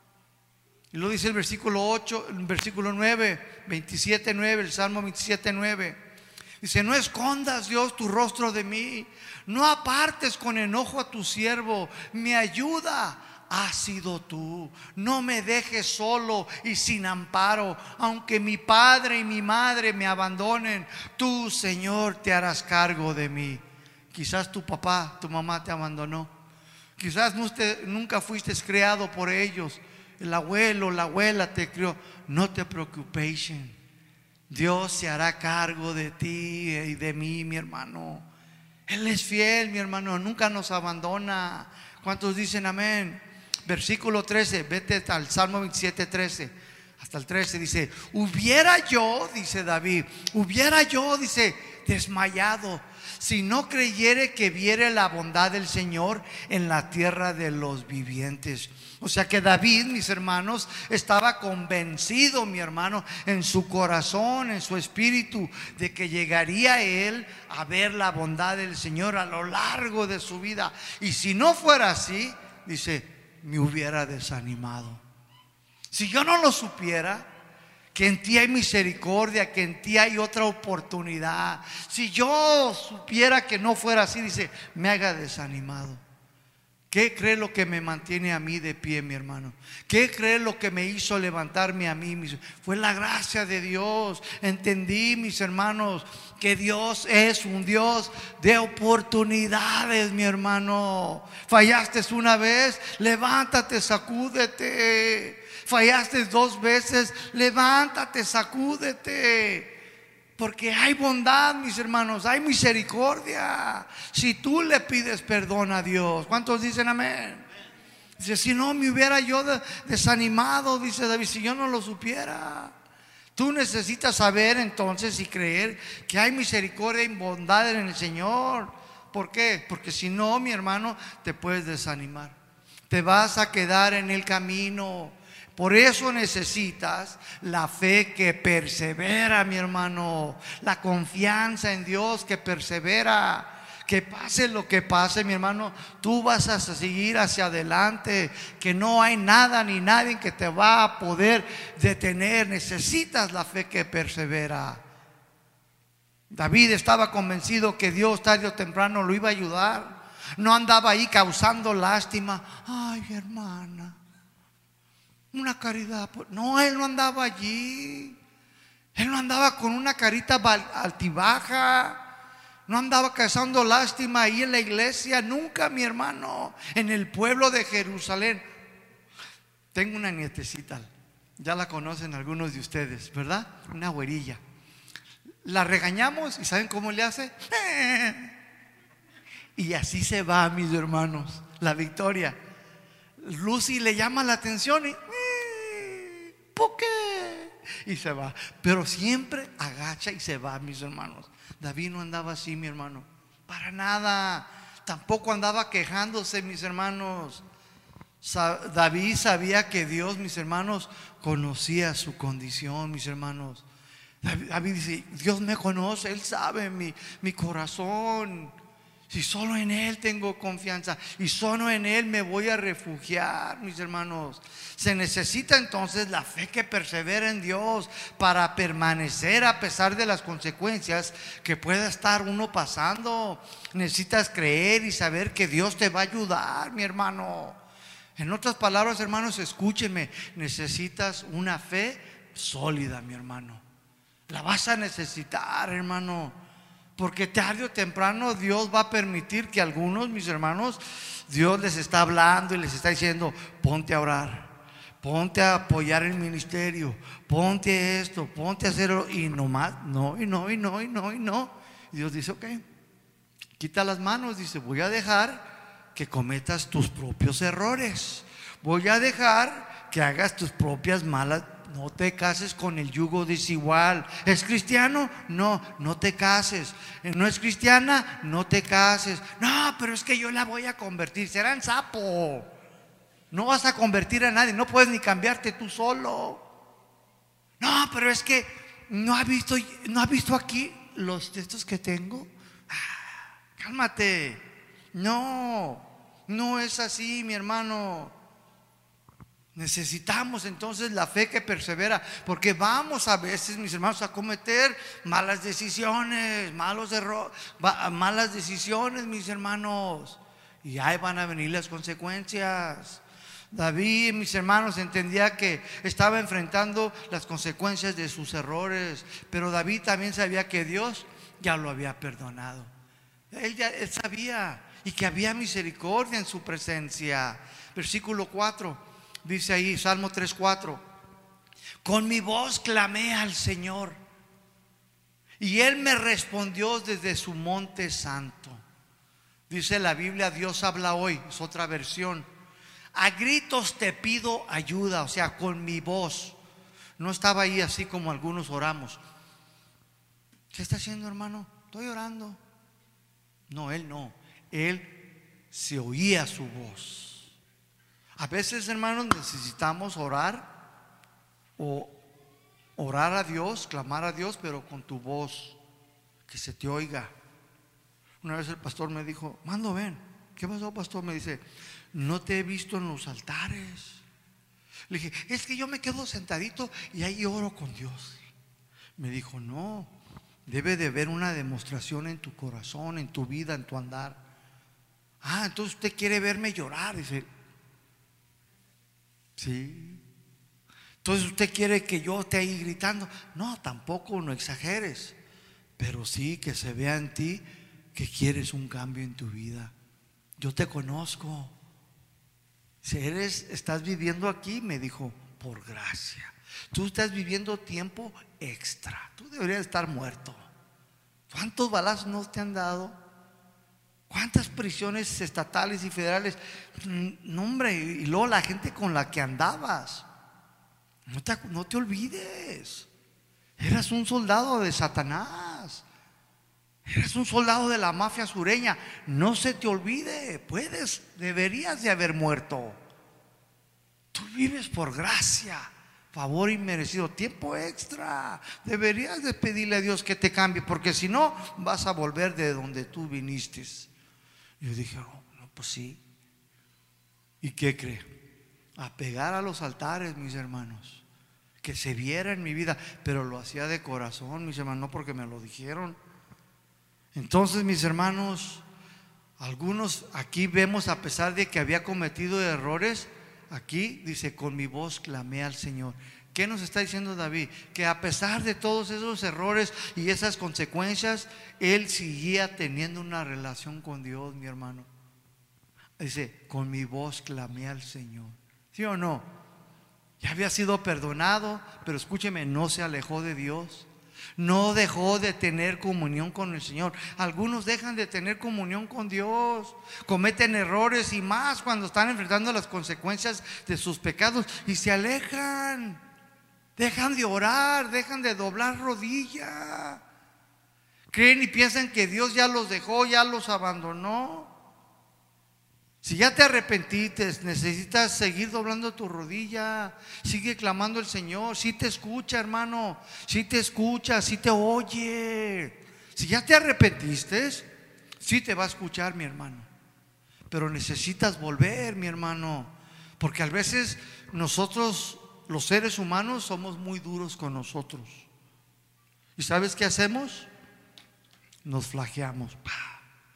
Y lo dice el versículo ocho, el versículo nueve, veintisiete, nueve, el Salmo veintisiete, nueve. Dice: no escondas, Dios, tu rostro de mí, no apartes con enojo a tu siervo. Mi ayuda has sido tú, no me dejes solo y sin amparo. Aunque mi padre y mi madre me abandonen, tú, Señor, te harás cargo de mí. Quizás tu papá, tu mamá te abandonó. Quizás nunca fuiste criado por ellos. El abuelo, la abuela te crió. No te preocupes, Dios se hará cargo de ti y de mí, mi hermano. Él es fiel, mi hermano, nunca nos abandona. ¿Cuántos dicen amén? Versículo trece, vete al Salmo veintisiete, trece, hasta el trece. Dice: hubiera yo, dice David, hubiera yo, dice, desmayado, si no creyere que viere la bondad del Señor en la tierra de los vivientes. O sea que David, mis hermanos, estaba convencido, mi hermano, en su corazón, en su espíritu, de que llegaría él a ver la bondad del Señor a lo largo de su vida. Y si no fuera así, dice, me hubiera desanimado. Si yo no lo supiera, que en ti hay misericordia, que en ti hay otra oportunidad, si yo supiera que no fuera así, dice, me haga desanimado. ¿Qué cree lo que me mantiene a mí de pie, mi hermano? ¿Qué cree lo que me hizo levantarme a mí? Mis... Fue la gracia de Dios. Entendí, mis hermanos, que Dios es un Dios de oportunidades, mi hermano. Fallaste una vez, levántate, sacúdete. Fallaste dos veces, levántate, sacúdete. Porque hay bondad, mis hermanos, hay misericordia. Si tú le pides perdón a Dios, ¿cuántos dicen amén? Dice, si no me hubiera yo desanimado, dice David, si yo no lo supiera. Tú necesitas saber entonces y creer que hay misericordia y bondad en el Señor. ¿Por qué? Porque si no, mi hermano, te puedes desanimar. Te vas a quedar en el camino. Por eso necesitas la fe que persevera, mi hermano. La confianza en Dios que persevera. Que pase lo que pase, mi hermano, tú vas a seguir hacia adelante. Que no hay nada ni nadie que te va a poder detener. Necesitas la fe que persevera. David estaba convencido que Dios tarde o temprano lo iba a ayudar. No andaba ahí causando lástima. Ay, hermana, una caridad. No, él no andaba allí. Él no andaba con una carita altibaja. No andaba causando lástima ahí en la iglesia. Nunca, mi hermano. En el pueblo de Jerusalén. Tengo una nietecita. Ya la conocen algunos de ustedes, ¿verdad? Una güerilla. La regañamos y ¿saben cómo le hace? Y así se va, mis hermanos, la Victoria. Lucy le llama la atención y ¿por qué? Y se va. Pero siempre agacha y se va, mis hermanos. David no andaba así, mi hermano, para nada. Tampoco andaba quejándose, mis hermanos. David sabía que Dios, mis hermanos, conocía su condición, mis hermanos. David dice, Dios me conoce, Él sabe mi, mi corazón. Si solo en Él tengo confianza y solo en Él me voy a refugiar, mis hermanos. Se necesita entonces la fe que persevera en Dios para permanecer a pesar de las consecuencias que pueda estar uno pasando. Necesitas creer y saber que Dios te va a ayudar, mi hermano. En otras palabras, hermanos, escúchenme, necesitas una fe sólida, mi hermano. La vas a necesitar, hermano. Porque tarde o temprano Dios va a permitir que algunos, mis hermanos, Dios les está hablando y les está diciendo, ponte a orar, ponte a apoyar el ministerio, ponte esto, ponte a hacerlo. Y nomás, no, y no, y no, y no, y no. Y Dios dice, ok, quita las manos. Dice, voy a dejar que cometas tus propios errores. Voy a dejar que hagas tus propias malas. No te cases con el yugo desigual. ¿Es cristiano? No, no te cases. ¿No es cristiana? No te cases. No, pero es que yo la voy a convertir. Serán sapo. No vas a convertir a nadie. No puedes ni cambiarte tú solo. No, pero es que no ha visto, no ha visto aquí los textos que tengo. Ah, cálmate. No, no es así, mi hermano. Necesitamos entonces la fe que persevera, porque vamos a veces, mis hermanos, a cometer malas decisiones, malos errores, malas decisiones, mis hermanos, y ahí van a venir las consecuencias. David, mis hermanos, entendía que estaba enfrentando las consecuencias de sus errores, pero David también sabía que Dios ya lo había perdonado. Él ya él sabía y que había misericordia en su presencia. Versículo cuatro. Dice ahí, Salmo tres cuatro, con mi voz clamé al Señor y Él me respondió desde su monte santo. Dice la Biblia, Dios habla hoy, es otra versión. A gritos te pido ayuda, o sea, con mi voz. No estaba ahí así como algunos oramos. ¿Qué está haciendo, hermano? Estoy orando. No, Él no, Él se oía su voz. A veces, hermanos, necesitamos orar o orar a Dios, clamar a Dios, pero con tu voz, que se te oiga. Una vez el pastor me dijo, Mando, ven. ¿Qué pasó, pastor? Me dice, no te he visto en los altares. Le dije, es que yo me quedo sentadito y ahí oro con Dios. Me dijo, no, debe de haber una demostración en tu corazón, en tu vida, en tu andar. Ah, entonces usted quiere verme llorar. Dice, sí. Entonces usted quiere que yo esté ahí gritando. No, tampoco, no exageres. Pero sí que se vea en ti que quieres un cambio en tu vida. Yo te conozco. Si eres, estás viviendo aquí, me dijo, por gracia. Tú estás viviendo tiempo extra. Tú deberías estar muerto. ¿Cuántos balazos no te han dado? ¿Cuántas prisiones estatales y federales? No, hombre, y luego la gente con la que andabas. No te, no te olvides. Eras un soldado de Satanás. Eres un soldado de la mafia sureña. No se te olvide. Puedes, deberías de haber muerto. Tú vives por gracia, favor inmerecido, tiempo extra. Deberías de pedirle a Dios que te cambie, porque si no vas a volver de donde tú viniste. Yo dije, oh, no, pues sí. ¿Y qué cree? A pegar a los altares, mis hermanos, que se viera en mi vida. Pero lo hacía de corazón, mis hermanos, no porque me lo dijeron. Entonces, mis hermanos, algunos aquí vemos, a pesar de que había cometido errores, aquí dice, con mi voz clamé al Señor. ¿Qué nos está diciendo David? Que a pesar de todos esos errores y esas consecuencias, él seguía teniendo una relación con Dios, mi hermano. Dice, con mi voz clamé al Señor. ¿Sí o no? Ya había sido perdonado, pero escúcheme, no se alejó de Dios. No dejó de tener comunión con el Señor. Algunos dejan de tener comunión con Dios, cometen errores y más cuando están enfrentando las consecuencias de sus pecados y se alejan. Dejan de orar, dejan de doblar rodilla. Creen y piensan que Dios ya los dejó, ya los abandonó. Si ya te arrepentiste, necesitas seguir doblando tu rodilla. Sigue clamando al Señor. Si te escucha, hermano. Si te escucha, si te oye. Si ya te arrepentiste, sí te va a escuchar, mi hermano. Pero necesitas volver, mi hermano. Porque a veces nosotros, los seres humanos, somos muy duros con nosotros. ¿Y sabes qué hacemos? Nos flageamos. ¡Pah!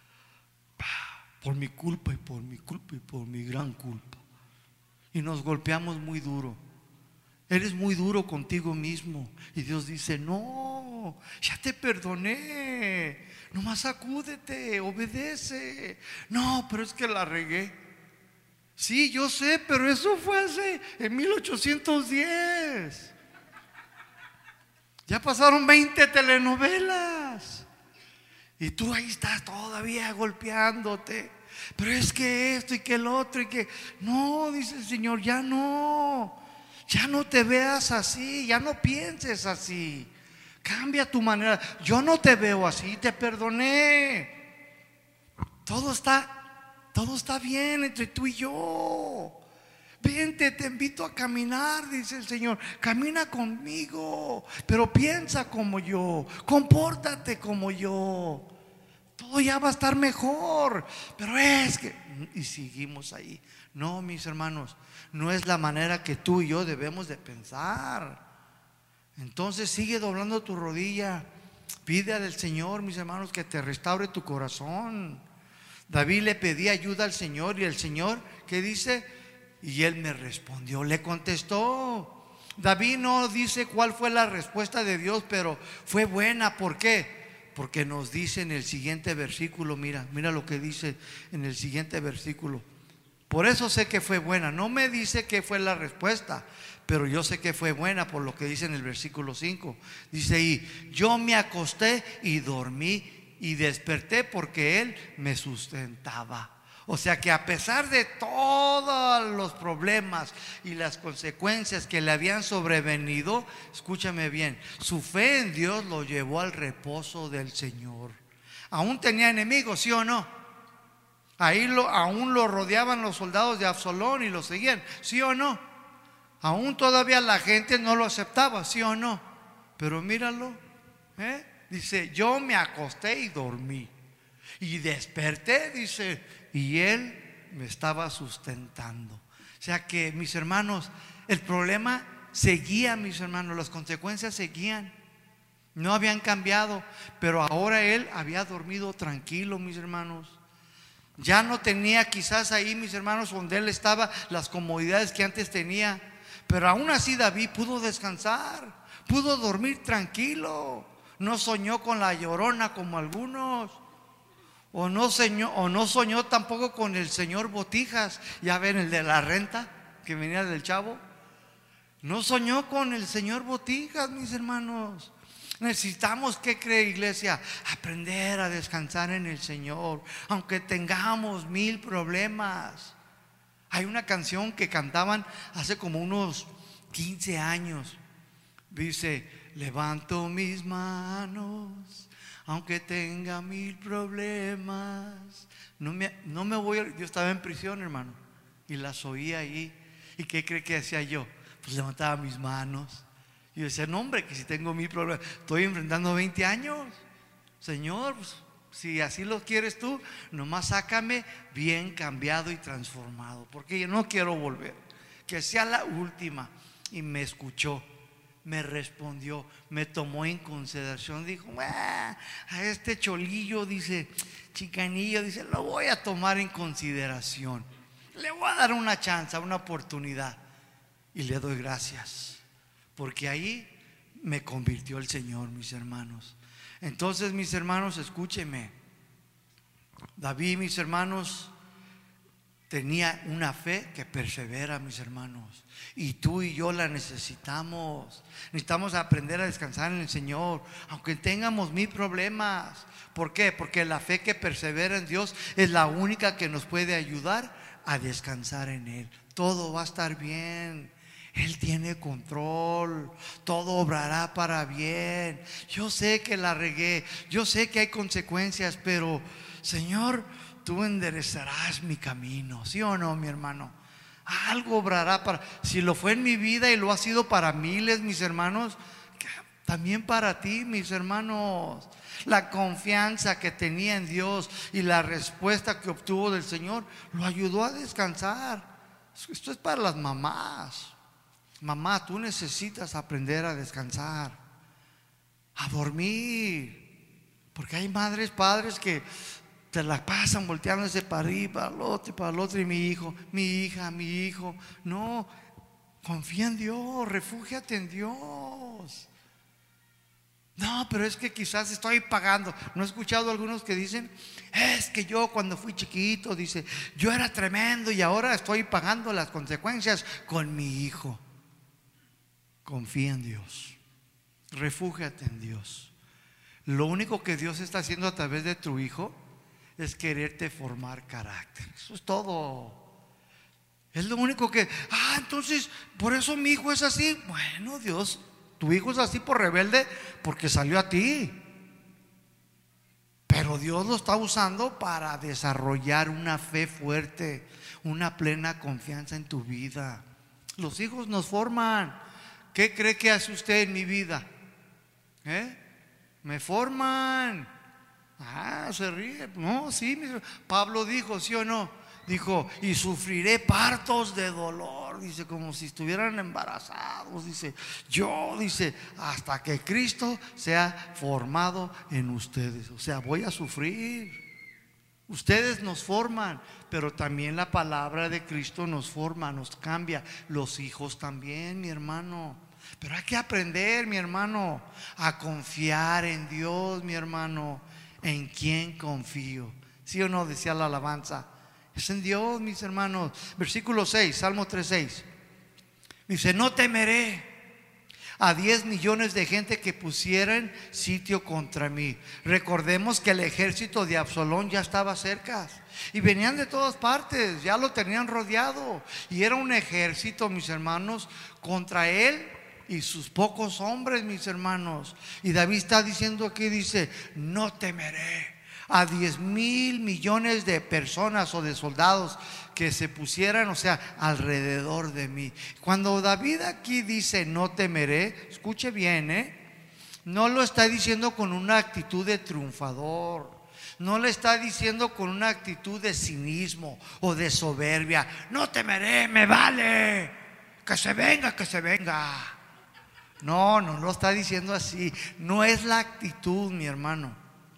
Por mi culpa y por mi culpa y por mi gran culpa. Y nos golpeamos muy duro. Eres muy duro contigo mismo. Y Dios dice, no, ya te perdoné. Nomás sacúdete, obedece. No, pero es que la regué. Sí, yo sé, pero eso fue hace en mil ochocientos diez. Ya pasaron veinte telenovelas. Y tú ahí estás todavía golpeándote. Pero es que esto y que el otro y que... No, dice el Señor, ya no. Ya no te veas así, ya no pienses así. Cambia tu manera. Yo no te veo así, te perdoné. Todo está, todo está bien entre tú y yo. Vente, te invito a caminar, dice el Señor. Camina conmigo, pero piensa como yo, compórtate como yo. Todo ya va a estar mejor. Pero es que... Y seguimos ahí. No, mis hermanos, no es la manera que tú y yo debemos de pensar. Entonces sigue doblando tu rodilla. Pide al Señor, mis hermanos, que te restaure tu corazón. David le pedía ayuda al Señor. Y el Señor, ¿qué dice? Y él me respondió, le contestó. David no dice cuál fue la respuesta de Dios, pero fue buena. ¿Por qué? Porque nos dice en el siguiente versículo, mira, mira lo que dice en el siguiente versículo. Por eso sé que fue buena. No me dice qué fue la respuesta, pero yo sé que fue buena por lo que dice en el versículo cinco. Dice ahí, yo me acosté y dormí y desperté porque Él me sustentaba. O sea que a pesar de todos los problemas y las consecuencias que le habían sobrevenido, escúchame bien, su fe en Dios lo llevó al reposo del Señor. Aún tenía enemigos, ¿sí o no? Ahí lo, aún lo rodeaban los soldados de Absalón y lo seguían, ¿sí o no? Aún todavía la gente no lo aceptaba, ¿sí o no? Pero míralo, ¿eh? Dice, yo me acosté y dormí y desperté, dice, y Él me estaba sustentando. O sea que, mis hermanos, el problema seguía, mis hermanos, las consecuencias seguían. No habían cambiado, pero ahora Él había dormido tranquilo, mis hermanos. Ya no tenía quizás ahí, mis hermanos, donde él estaba, las comodidades que antes tenía. Pero aún así David pudo descansar, pudo dormir tranquilo. No soñó con la llorona como algunos. O no soñó, o no soñó tampoco con el señor Botijas. Ya ven, el de la renta que venía del Chavo. No soñó con el señor Botijas, mis hermanos. Necesitamos, ¿qué cree, iglesia? Aprender a descansar en el Señor, aunque tengamos mil problemas. Hay una canción que cantaban hace como unos quince años. Dice: levanto mis manos, aunque tenga mil problemas. No me, no me voy a... Yo estaba en prisión, hermano, y las oía ahí. ¿Y qué cree que hacía yo? Pues levantaba mis manos. Y yo decía: no, hombre, que si tengo mil problemas, estoy enfrentando veinte años. Señor, pues, si así lo quieres tú, nomás sácame bien cambiado y transformado, porque yo no quiero volver. Que sea la última. Y me escuchó, me respondió, me tomó en consideración. Dijo: ah, a este cholillo, dice, chicanillo, dice, lo voy a tomar en consideración. Le voy a dar una chance, una oportunidad. Y le doy gracias, porque ahí me convirtió el Señor, mis hermanos. Entonces, mis hermanos, escúcheme. David, mis hermanos, tenía una fe que persevera, mis hermanos. Y tú y yo la necesitamos. Necesitamos aprender a descansar en el Señor, aunque tengamos mil problemas. ¿Por qué? Porque la fe que persevera en Dios es la única que nos puede ayudar a descansar en Él. Todo va a estar bien. Él tiene control, todo obrará para bien. Yo sé que la regué, yo sé que hay consecuencias, pero Señor, tú enderezarás mi camino, ¿sí o no, mi hermano? Algo obrará para... Si lo fue en mi vida y lo ha sido para miles, mis hermanos, también para ti, mis hermanos. La confianza que tenía en Dios y la respuesta que obtuvo del Señor lo ayudó a descansar. Esto es para las mamás. Mamá, tú necesitas aprender a descansar, a dormir, porque hay madres, padres que te la pasan volteándose para arriba, para el otro, para el otro. Y mi hijo, mi hija, mi hijo. No, confía en Dios, refúgiate en Dios. No, pero es que quizás estoy pagando. ¿No he escuchado a algunos que dicen: es que yo cuando fui chiquito, dice, yo era tremendo y ahora estoy pagando las consecuencias con mi hijo? Confía en Dios, refúgiate en Dios. Lo único que Dios está haciendo a través de tu hijo es quererte formar carácter. Eso es todo. Es lo único que... Ah, entonces, por eso mi hijo es así. Bueno, Dios, tu hijo es así por rebelde porque salió a ti. Pero Dios lo está usando para desarrollar una fe fuerte, una plena confianza en tu vida. Los hijos nos forman. ¿Qué cree que hace usted en mi vida? ¿Eh? Me forman. Ah, se ríe. No, sí, Pablo dijo, ¿sí o no? Dijo: y sufriré partos de dolor. Dice, como si estuvieran embarazados. Dice, yo, dice, hasta que Cristo sea formado en ustedes. O sea, voy a sufrir. Ustedes nos forman, pero también la palabra de Cristo nos forma, nos cambia. Los hijos también, mi hermano. Pero hay que aprender, mi hermano, a confiar en Dios, mi hermano. ¿En quién confío? ¿Sí o no? Decía la alabanza. Es en Dios, mis hermanos. Versículo seis, Salmo tres seis. Dice: no temeré a diez millones de gente que pusieran sitio contra mí. Recordemos que el ejército de Absalón ya estaba cerca y venían de todas partes, ya lo tenían rodeado. Y era un ejército, mis hermanos, contra él y sus pocos hombres, mis hermanos. Y David está diciendo aquí, dice: no temeré a diez mil millones de personas o de soldados que se pusieran, o sea, alrededor de mí. Cuando David aquí dice no temeré, escuche bien, ¿eh? No lo está diciendo con una actitud de triunfador. No le está diciendo con una actitud de cinismo o de soberbia. No temeré, me vale, que se venga, que se venga. No, no lo está diciendo así. No es la actitud, mi hermano.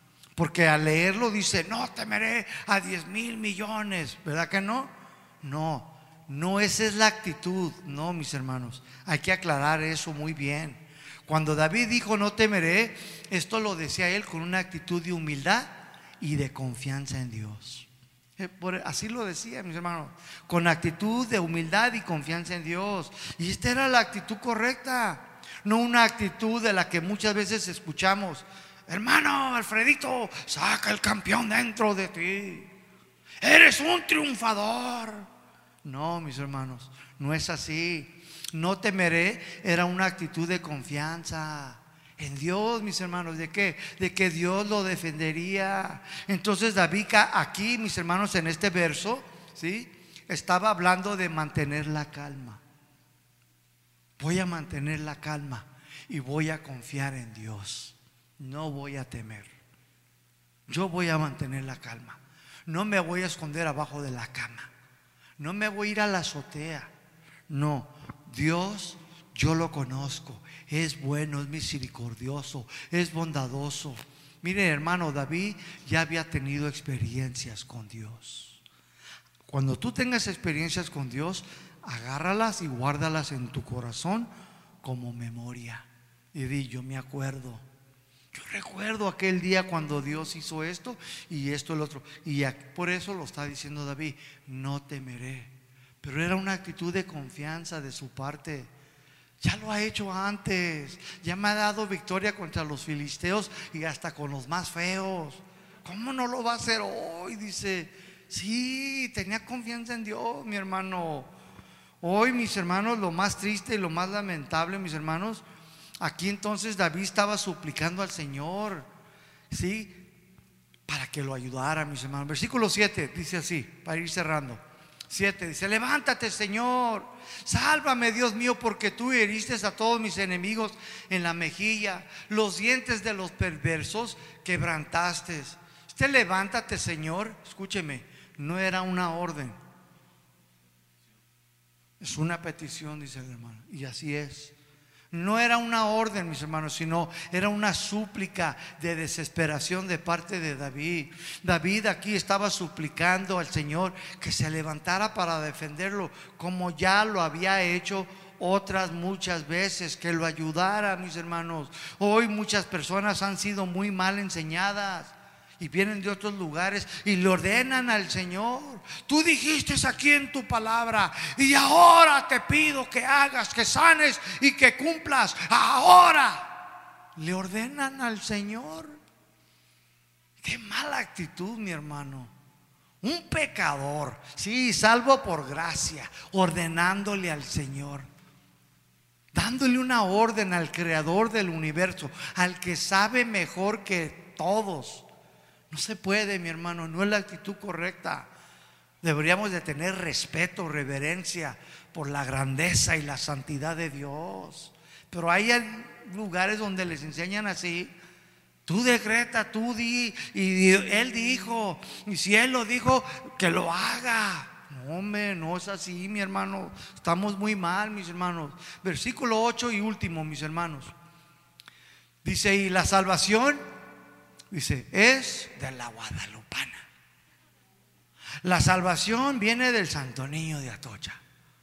Porque al leerlo dice, no temeré a diez mil millones, ¿verdad que no? No, no, esa es la actitud. No, mis hermanos, hay que aclarar eso muy bien. Cuando David dijo no temeré, esto lo decía él con una actitud de humildad y de confianza en Dios. Así lo decía, mis hermanos, con actitud de humildad y confianza en Dios. Y esta era la actitud correcta, no una actitud de la que muchas veces escuchamos: hermano Alfredito, saca el campeón dentro de ti, eres un triunfador. No, mis hermanos, no es así. No temeré era una actitud de confianza en Dios, mis hermanos. ¿De qué? De que Dios lo defendería. Entonces David aquí, mis hermanos, en este verso, ¿sí?, estaba hablando de mantener la calma. Voy a mantener la calma y voy a confiar en Dios. No voy a temer. Yo voy a mantener la calma. No me voy a esconder abajo de la cama. No me voy a ir a la azotea. No, Dios, yo lo conozco. Es bueno, es misericordioso, es bondadoso. Mire, hermano, David ya había tenido experiencias con Dios. Cuando tú tengas experiencias con Dios, agárralas y guárdalas en tu corazón como memoria. Y di, yo me acuerdo. Yo recuerdo aquel día cuando Dios hizo esto y esto, el otro. Y por eso lo está diciendo David, no temeré. Pero era una actitud de confianza de su parte. Ya lo ha hecho antes. Ya me ha dado victoria contra los filisteos y hasta con los más feos. ¿Cómo no lo va a hacer hoy? Dice, sí, tenía confianza en Dios, mi hermano. Hoy, mis hermanos, lo más triste y lo más lamentable, mis hermanos, aquí entonces David estaba suplicando al Señor, ¿sí?, para que lo ayudara, mis hermanos. Versículo siete dice así, para ir cerrando. siete dice, levántate, Señor, sálvame, Dios mío, porque tú heriste a todos mis enemigos en la mejilla, los dientes de los perversos quebrantaste. Este levántate, Señor, escúcheme, no era una orden, es una petición, dice el hermano. Y así es. No era una orden, mis hermanos, sino era una súplica de desesperación de parte de David. David aquí estaba suplicando al Señor que se levantara para defenderlo, como ya lo había hecho otras muchas veces, que lo ayudara, mis hermanos. Hoy muchas personas han sido muy mal enseñadas y vienen de otros lugares y le ordenan al Señor: tú dijiste aquí en tu palabra, y ahora te pido que hagas, que sanes y que cumplas. Ahora le ordenan al Señor. Qué mala actitud, mi hermano. Un pecador, sí, salvo por gracia, ordenándole al Señor, dándole una orden al creador del universo, al que sabe mejor que todos. No se puede, mi hermano, no es la actitud correcta. Deberíamos de tener respeto, reverencia por la grandeza y la santidad de Dios. Pero hay lugares donde les enseñan así: tú decreta, tú di, y Él dijo, y si Él lo dijo, que lo haga. No, hombre, no es así, mi hermano. Estamos muy mal, mis hermanos. Versículo ocho y último, mis hermanos. Dice, y la salvación, dice, es de la guadalupana. La salvación viene del Santo Niño de Atocha.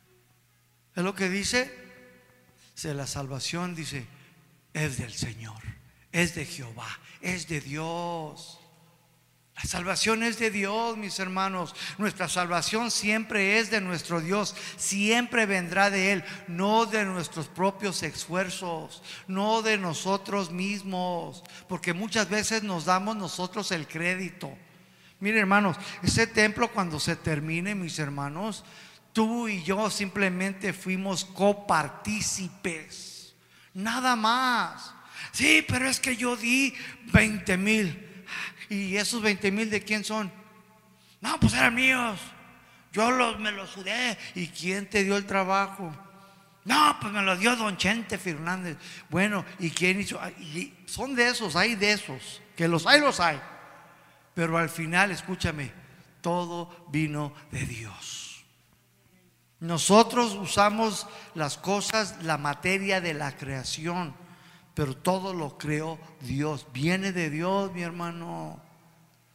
Es lo que dice. Dice, la salvación, dice, es del Señor, es de Jehová, es de Dios. La salvación es de Dios, mis hermanos. Nuestra salvación siempre es de nuestro Dios, siempre vendrá de Él, no de nuestros propios esfuerzos, no de nosotros mismos, porque muchas veces nos damos nosotros el crédito. Miren, hermanos, ese templo cuando se termine, mis hermanos, tú y yo simplemente fuimos copartícipes, nada más. Sí, pero es que yo di veinte mil. ¿Y esos veinte mil de quién son? No, pues eran míos. Yo los, me los sudé. ¿Y quién te dio el trabajo? No, pues me lo dio don Chente Fernández. Bueno, ¿y quién hizo? Y son de esos, hay de esos, que los hay, los hay. Pero al final, escúchame, todo vino de Dios. Nosotros usamos las cosas, la materia de la creación, pero todo lo creó Dios. Viene de Dios, mi hermano.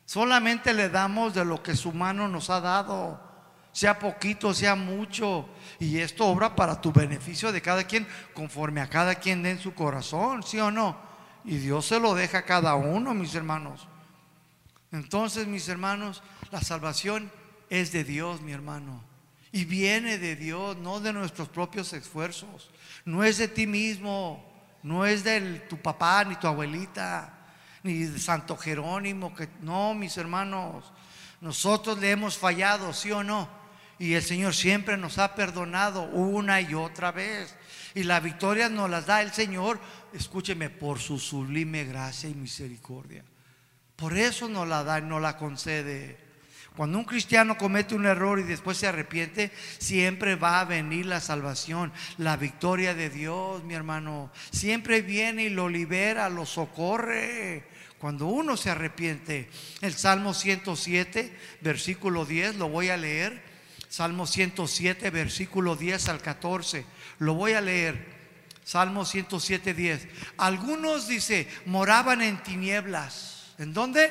Solamente le damos de lo que su mano nos ha dado, sea poquito, sea mucho. Y esto obra para tu beneficio de cada quien, conforme a cada quien dé en su corazón, ¿sí o no? Y Dios se lo deja a cada uno, mis hermanos. Entonces, mis hermanos, la salvación es de Dios, mi hermano, y viene de Dios, no de nuestros propios esfuerzos. No es de ti mismo, no es de tu papá ni tu abuelita, ni de Santo Jerónimo, que no, mis hermanos. Nosotros le hemos fallado, ¿sí o no? Y el Señor siempre nos ha perdonado una y otra vez, y la victoria nos las da el Señor, escúcheme, por su sublime gracia y misericordia. Por eso nos la da y nos la concede. Cuando un cristiano comete un error y después se arrepiente, siempre va a venir la salvación, la victoria de Dios, mi hermano. Siempre viene y lo libera, lo socorre cuando uno se arrepiente. El Salmo ciento siete, versículo diez, lo voy a leer. Salmo ciento siete, versículo diez al catorce, lo voy a leer. Salmo ciento siete, diez. Algunos, dice, moraban en tinieblas. ¿En dónde?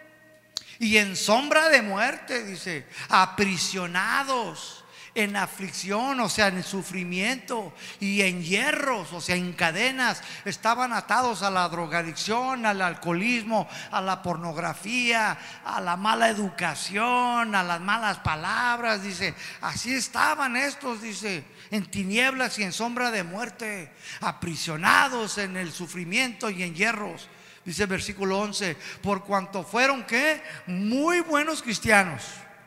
Y en sombra de muerte, dice, aprisionados en aflicción, o sea, en sufrimiento, y en hierros, o sea, en cadenas. Estaban atados a la drogadicción, al alcoholismo, a la pornografía, a la mala educación, a las malas palabras, dice. Así estaban estos, dice, en tinieblas y en sombra de muerte, aprisionados en el sufrimiento y en hierros. Dice el versículo once, por cuanto fueron, ¿qué? Muy buenos cristianos.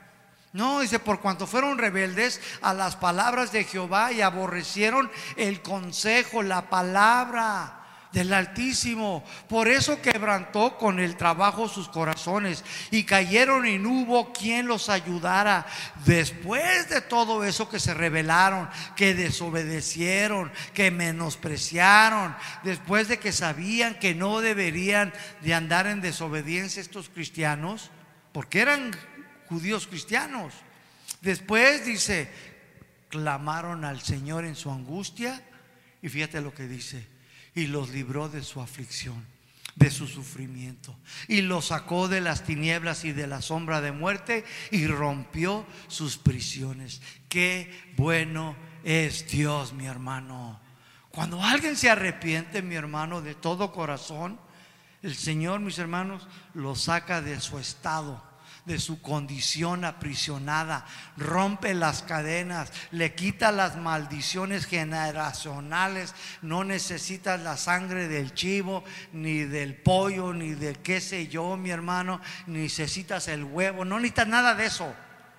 No, dice, por cuanto fueron rebeldes a las palabras de Jehová y aborrecieron el consejo, la palabra del Altísimo. Por eso quebrantó con el trabajo sus corazones y cayeron y no hubo quien los ayudara. Después de todo eso que se rebelaron, que desobedecieron, que menospreciaron, después de que sabían que no deberían de andar en desobediencia estos cristianos, porque eran judíos cristianos, después dice, clamaron al Señor en su angustia. Y fíjate lo que dice: y los libró de su aflicción, de su sufrimiento, y los sacó de las tinieblas y de la sombra de muerte, y rompió sus prisiones. Qué bueno es Dios, mi hermano. Cuando alguien se arrepiente, mi hermano, de todo corazón, el Señor, mis hermanos, lo saca de su estado, de su condición aprisionada, rompe las cadenas, le quita las maldiciones generacionales. No necesitas la sangre del chivo, ni del pollo, ni del qué sé yo, mi hermano, ni necesitas el huevo, no necesitas nada de eso.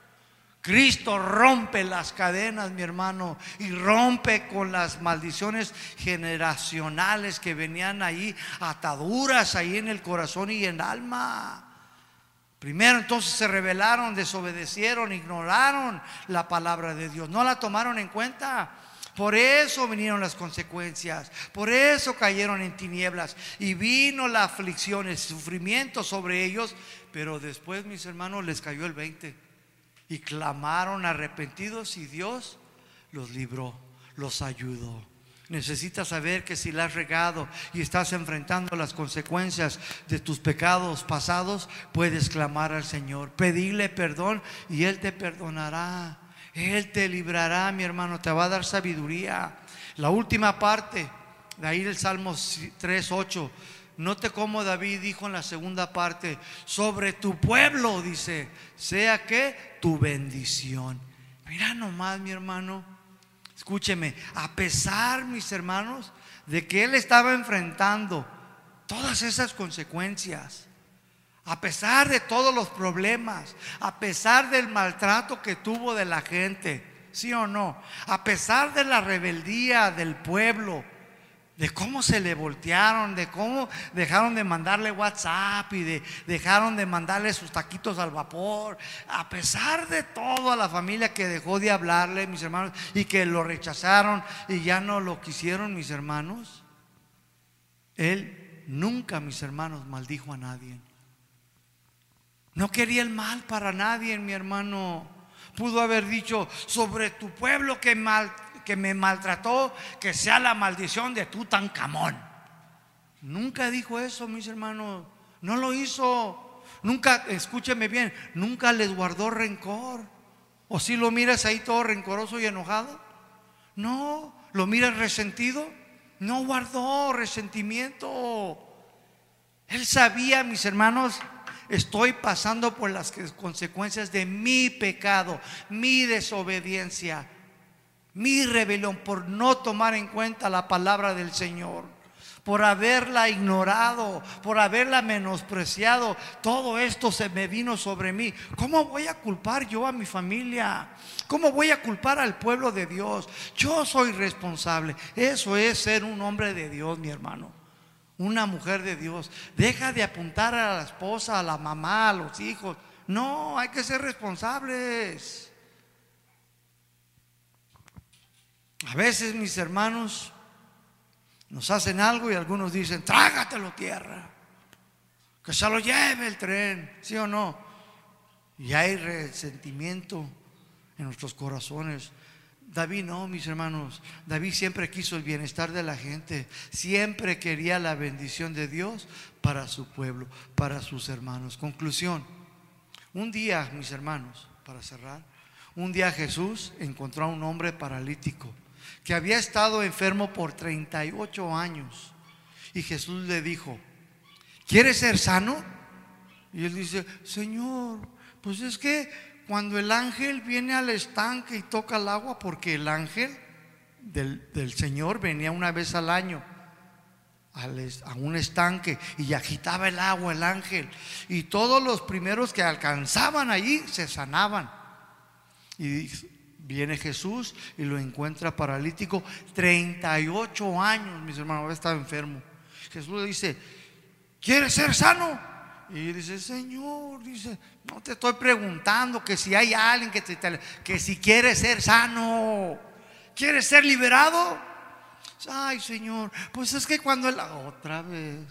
Cristo rompe las cadenas, mi hermano, y rompe con las maldiciones generacionales que venían ahí, ataduras ahí en el corazón y en el alma. Primero, entonces se rebelaron, desobedecieron, ignoraron la palabra de Dios, no la tomaron en cuenta. Por eso vinieron las consecuencias, por eso cayeron en tinieblas y vino la aflicción, el sufrimiento sobre ellos. Pero después, mis hermanos, les cayó el veinte y clamaron arrepentidos y Dios los libró, los ayudó. Necesitas saber que si la has regado y estás enfrentando las consecuencias de tus pecados pasados, puedes clamar al Señor, pedirle perdón y Él te perdonará, Él te librará, mi hermano, te va a dar sabiduría. La última parte de ahí del Salmo tres, ocho, note cómo David dijo en la segunda parte: sobre tu pueblo, dice, sea que tu bendición. Mira nomás, mi hermano. Escúcheme, a pesar, mis hermanos, de que él estaba enfrentando todas esas consecuencias, a pesar de todos los problemas, a pesar del maltrato que tuvo de la gente, ¿sí o no? A pesar de la rebeldía del pueblo, de cómo se le voltearon, de cómo dejaron de mandarle WhatsApp y de, dejaron de mandarle sus taquitos al vapor. A pesar de todo, a la familia que dejó de hablarle, mis hermanos, y que lo rechazaron y ya no lo quisieron, mis hermanos, él nunca, mis hermanos, maldijo a nadie. No quería el mal para nadie, mi hermano. Pudo haber dicho: sobre tu pueblo que mal que me maltrató, que sea la maldición de Tutankamón. Nunca dijo eso, mis hermanos. No lo hizo. Nunca, escúcheme bien, nunca les guardó rencor. ¿O si lo miras ahí todo rencoroso y enojado? No. ¿Lo miras resentido? No guardó resentimiento. Él sabía, mis hermanos, estoy pasando por las consecuencias de mi pecado, mi desobediencia, mi rebelión, por no tomar en cuenta la palabra del Señor, por haberla ignorado, por haberla menospreciado. Todo esto se me vino sobre mí. ¿Cómo voy a culpar yo a mi familia? ¿Cómo voy a culpar al pueblo de Dios? Yo soy responsable. Eso es ser un hombre de Dios, mi hermano, una mujer de Dios. Deja de apuntar a la esposa, a la mamá, a los hijos. No, hay que ser responsables. A veces, mis hermanos, nos hacen algo y algunos dicen: trágatelo, tierra, que se lo lleve el tren, ¿sí o no? Y hay resentimiento en nuestros corazones. David no, mis hermanos. David siempre quiso el bienestar de la gente, siempre quería la bendición de Dios para su pueblo, para sus hermanos. Conclusión: un día, mis hermanos, para cerrar, un día Jesús encontró a un hombre paralítico que había estado enfermo por treinta y ocho años. Y Jesús le dijo: ¿quieres ser sano? Y él dice: Señor, pues es que cuando el ángel viene al estanque y toca el agua, porque el ángel del, del Señor venía una vez al año al, a un estanque y agitaba el agua el ángel, y todos los primeros que alcanzaban allí se sanaban. Y viene Jesús y lo encuentra paralítico, treinta y ocho años, mis hermanos, había estado enfermo. Jesús le dice: ¿quieres ser sano? Y dice: Señor, dice, no te estoy preguntando que si hay alguien que, te, que si quieres ser sano, ¿quieres ser liberado? Ay, Señor, pues es que cuando él, otra vez,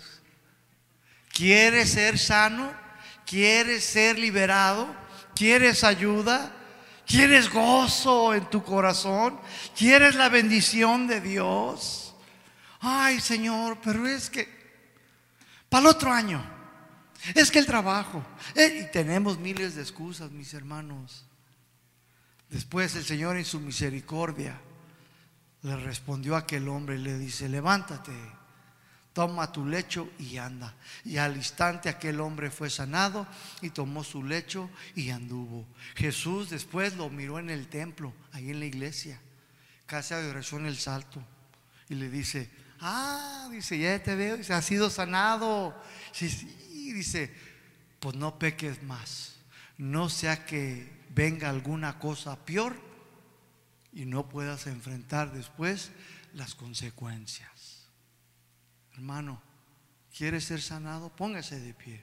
¿quieres ser sano? ¿Quieres ser liberado? ¿Quieres ayuda? ¿Quieres gozo en tu corazón? ¿Quieres la bendición de Dios? Ay, Señor, pero es que para el otro año, es que el trabajo, eh, y tenemos miles de excusas, mis hermanos. Después el Señor, en su misericordia, le respondió a aquel hombre y le dice: levántate, toma tu lecho y anda. Y al instante aquel hombre fue sanado y tomó su lecho y anduvo. Jesús después lo miró en el templo, ahí en la iglesia, casi regresó en el salto, y le dice: ah, dice, ya te veo, dice, has sido sanado. Sí, sí. Y dice: pues no peques más, no sea que venga alguna cosa peor y no puedas enfrentar después las consecuencias. Hermano, ¿quieres ser sanado? Póngase de pie.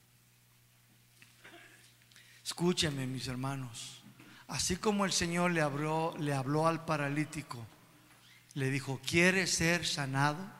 Escúcheme, mis hermanos. Así como el Señor le habló, le habló al paralítico, le dijo: ¿quieres ser sanado?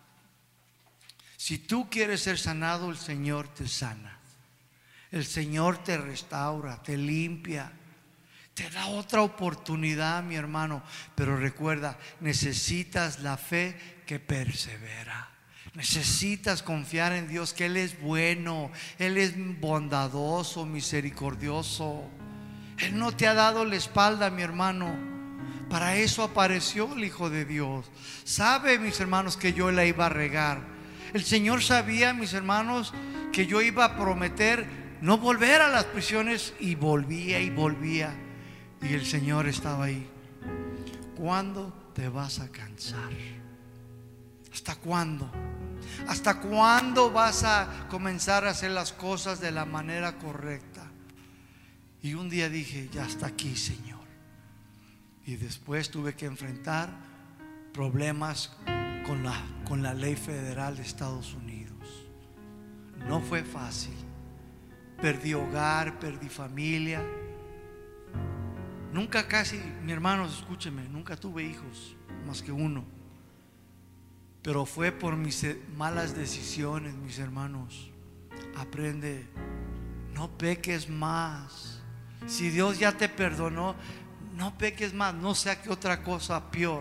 Si tú quieres ser sanado, el Señor te sana. El Señor te restaura, te limpia, te da otra oportunidad, mi hermano. Pero recuerda, necesitas la fe que persevera. Necesitas confiar en Dios, que Él es bueno, Él es bondadoso, misericordioso. Él no te ha dado la espalda, mi hermano. Para eso apareció el Hijo de Dios. Sabe, mis hermanos, que yo la iba a regar. El Señor sabía, mis hermanos, que yo iba a prometer no volver a las prisiones, y volvía y volvía. Y el Señor estaba ahí. ¿Cuándo te vas a cansar? ¿Hasta cuándo? ¿Hasta cuándo vas a comenzar a hacer las cosas de la manera correcta? Y un día dije: ya hasta aquí, Señor. Y después tuve que enfrentar problemas con la, con la ley federal de Estados Unidos. No fue fácil. Perdí hogar, perdí familia. Nunca casi, mi hermanos, escúcheme, nunca tuve hijos, más que uno. Pero fue por mis malas decisiones, mis hermanos. Aprende, no peques más. Si Dios ya te perdonó, no peques más. No sea que otra cosa peor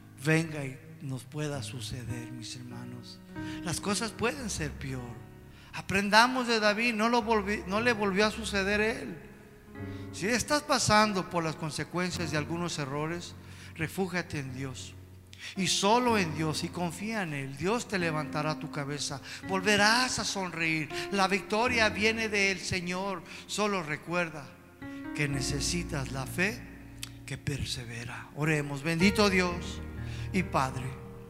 venga y nos pueda suceder, mis hermanos. Las cosas pueden ser peor. Aprendamos de David, no, lo volví, no le volvió a suceder a él. Si estás pasando por las consecuencias de algunos errores, refúgiate en Dios y solo en Dios, y confía en Él. Dios te levantará tu cabeza, volverás a sonreír. La victoria viene del Señor. Solo recuerda que necesitas la fe que persevera. Oremos. Bendito Dios y Padre,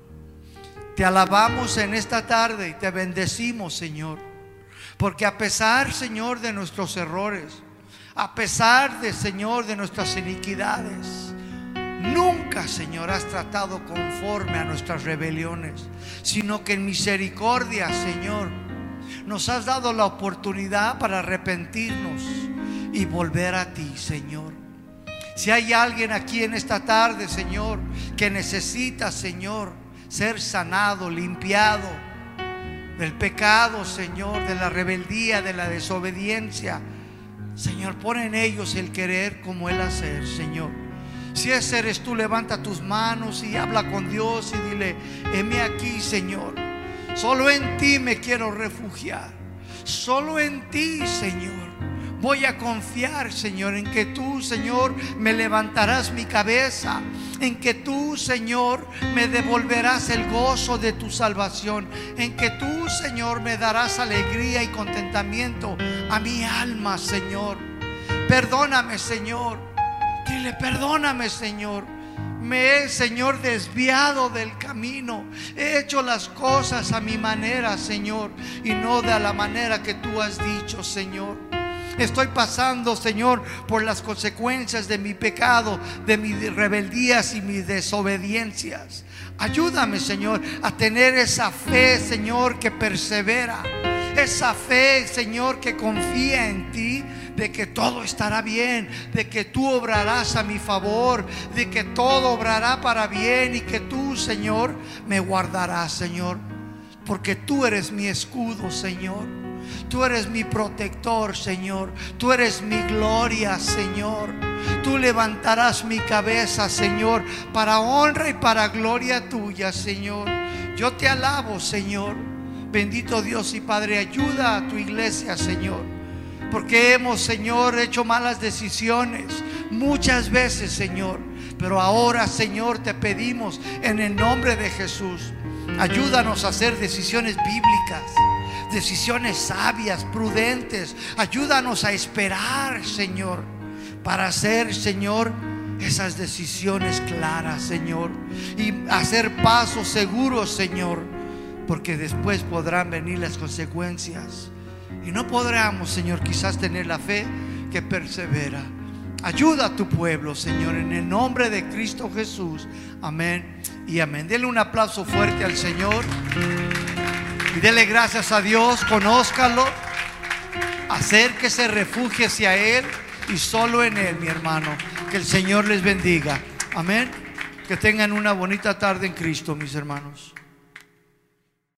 te alabamos en esta tarde y te bendecimos, Señor, porque a pesar, Señor, de nuestros errores, a pesar de, Señor, de nuestras iniquidades, nunca, Señor, has tratado conforme a nuestras rebeliones, sino que en misericordia, Señor, nos has dado la oportunidad para arrepentirnos y volver a ti, Señor. Si hay alguien aquí en esta tarde, Señor, que necesita, Señor, ser sanado, limpiado del pecado, Señor, de la rebeldía, de la desobediencia, Señor, pon en ellos el querer como el hacer, Señor. Si ese eres tú, levanta tus manos y habla con Dios y dile: heme aquí, Señor, solo en ti me quiero refugiar, solo en ti, Señor, voy a confiar, Señor, en que tú, Señor, me levantarás mi cabeza, en que tú, Señor, me devolverás el gozo de tu salvación, en que tú, Señor, me darás alegría y contentamiento a mi alma, Señor. Perdóname, Señor. Dile: perdóname, Señor. Me he, Señor, desviado del camino. He hecho las cosas a mi manera, Señor, y no de la manera que tú has dicho, Señor. Estoy pasando, Señor, por las consecuencias de mi pecado, de mis rebeldías y mis desobediencias. Ayúdame, Señor, a tener esa fe, Señor, que persevera. Esa fe, Señor, que confía en ti, de que todo estará bien, de que tú obrarás a mi favor, de que todo obrará para bien, y que tú, Señor, me guardarás, Señor, porque tú eres mi escudo, Señor. Tú eres mi protector, Señor. Tú eres mi gloria, Señor. Tú levantarás mi cabeza, Señor, para honra y para gloria tuya, Señor. Yo te alabo, Señor. Bendito Dios y Padre, ayuda a tu iglesia, Señor, porque hemos, Señor, hecho malas decisiones muchas veces, Señor. Pero ahora, Señor, te pedimos en el nombre de Jesús, ayúdanos a hacer decisiones bíblicas, decisiones sabias, prudentes. Ayúdanos a esperar, Señor, para hacer, Señor, esas decisiones claras, Señor, y hacer pasos seguros, Señor, porque después podrán venir las consecuencias y no podremos, Señor, quizás tener la fe que persevera. Ayuda a tu pueblo, Señor, en el nombre de Cristo Jesús. Amén y amén. Denle un aplauso fuerte al Señor y dele gracias a Dios. Conózcalo, acérquese, refúgiese a Él y solo en Él, mi hermano. Que el Señor les bendiga. Amén. Que tengan una bonita tarde en Cristo, mis hermanos.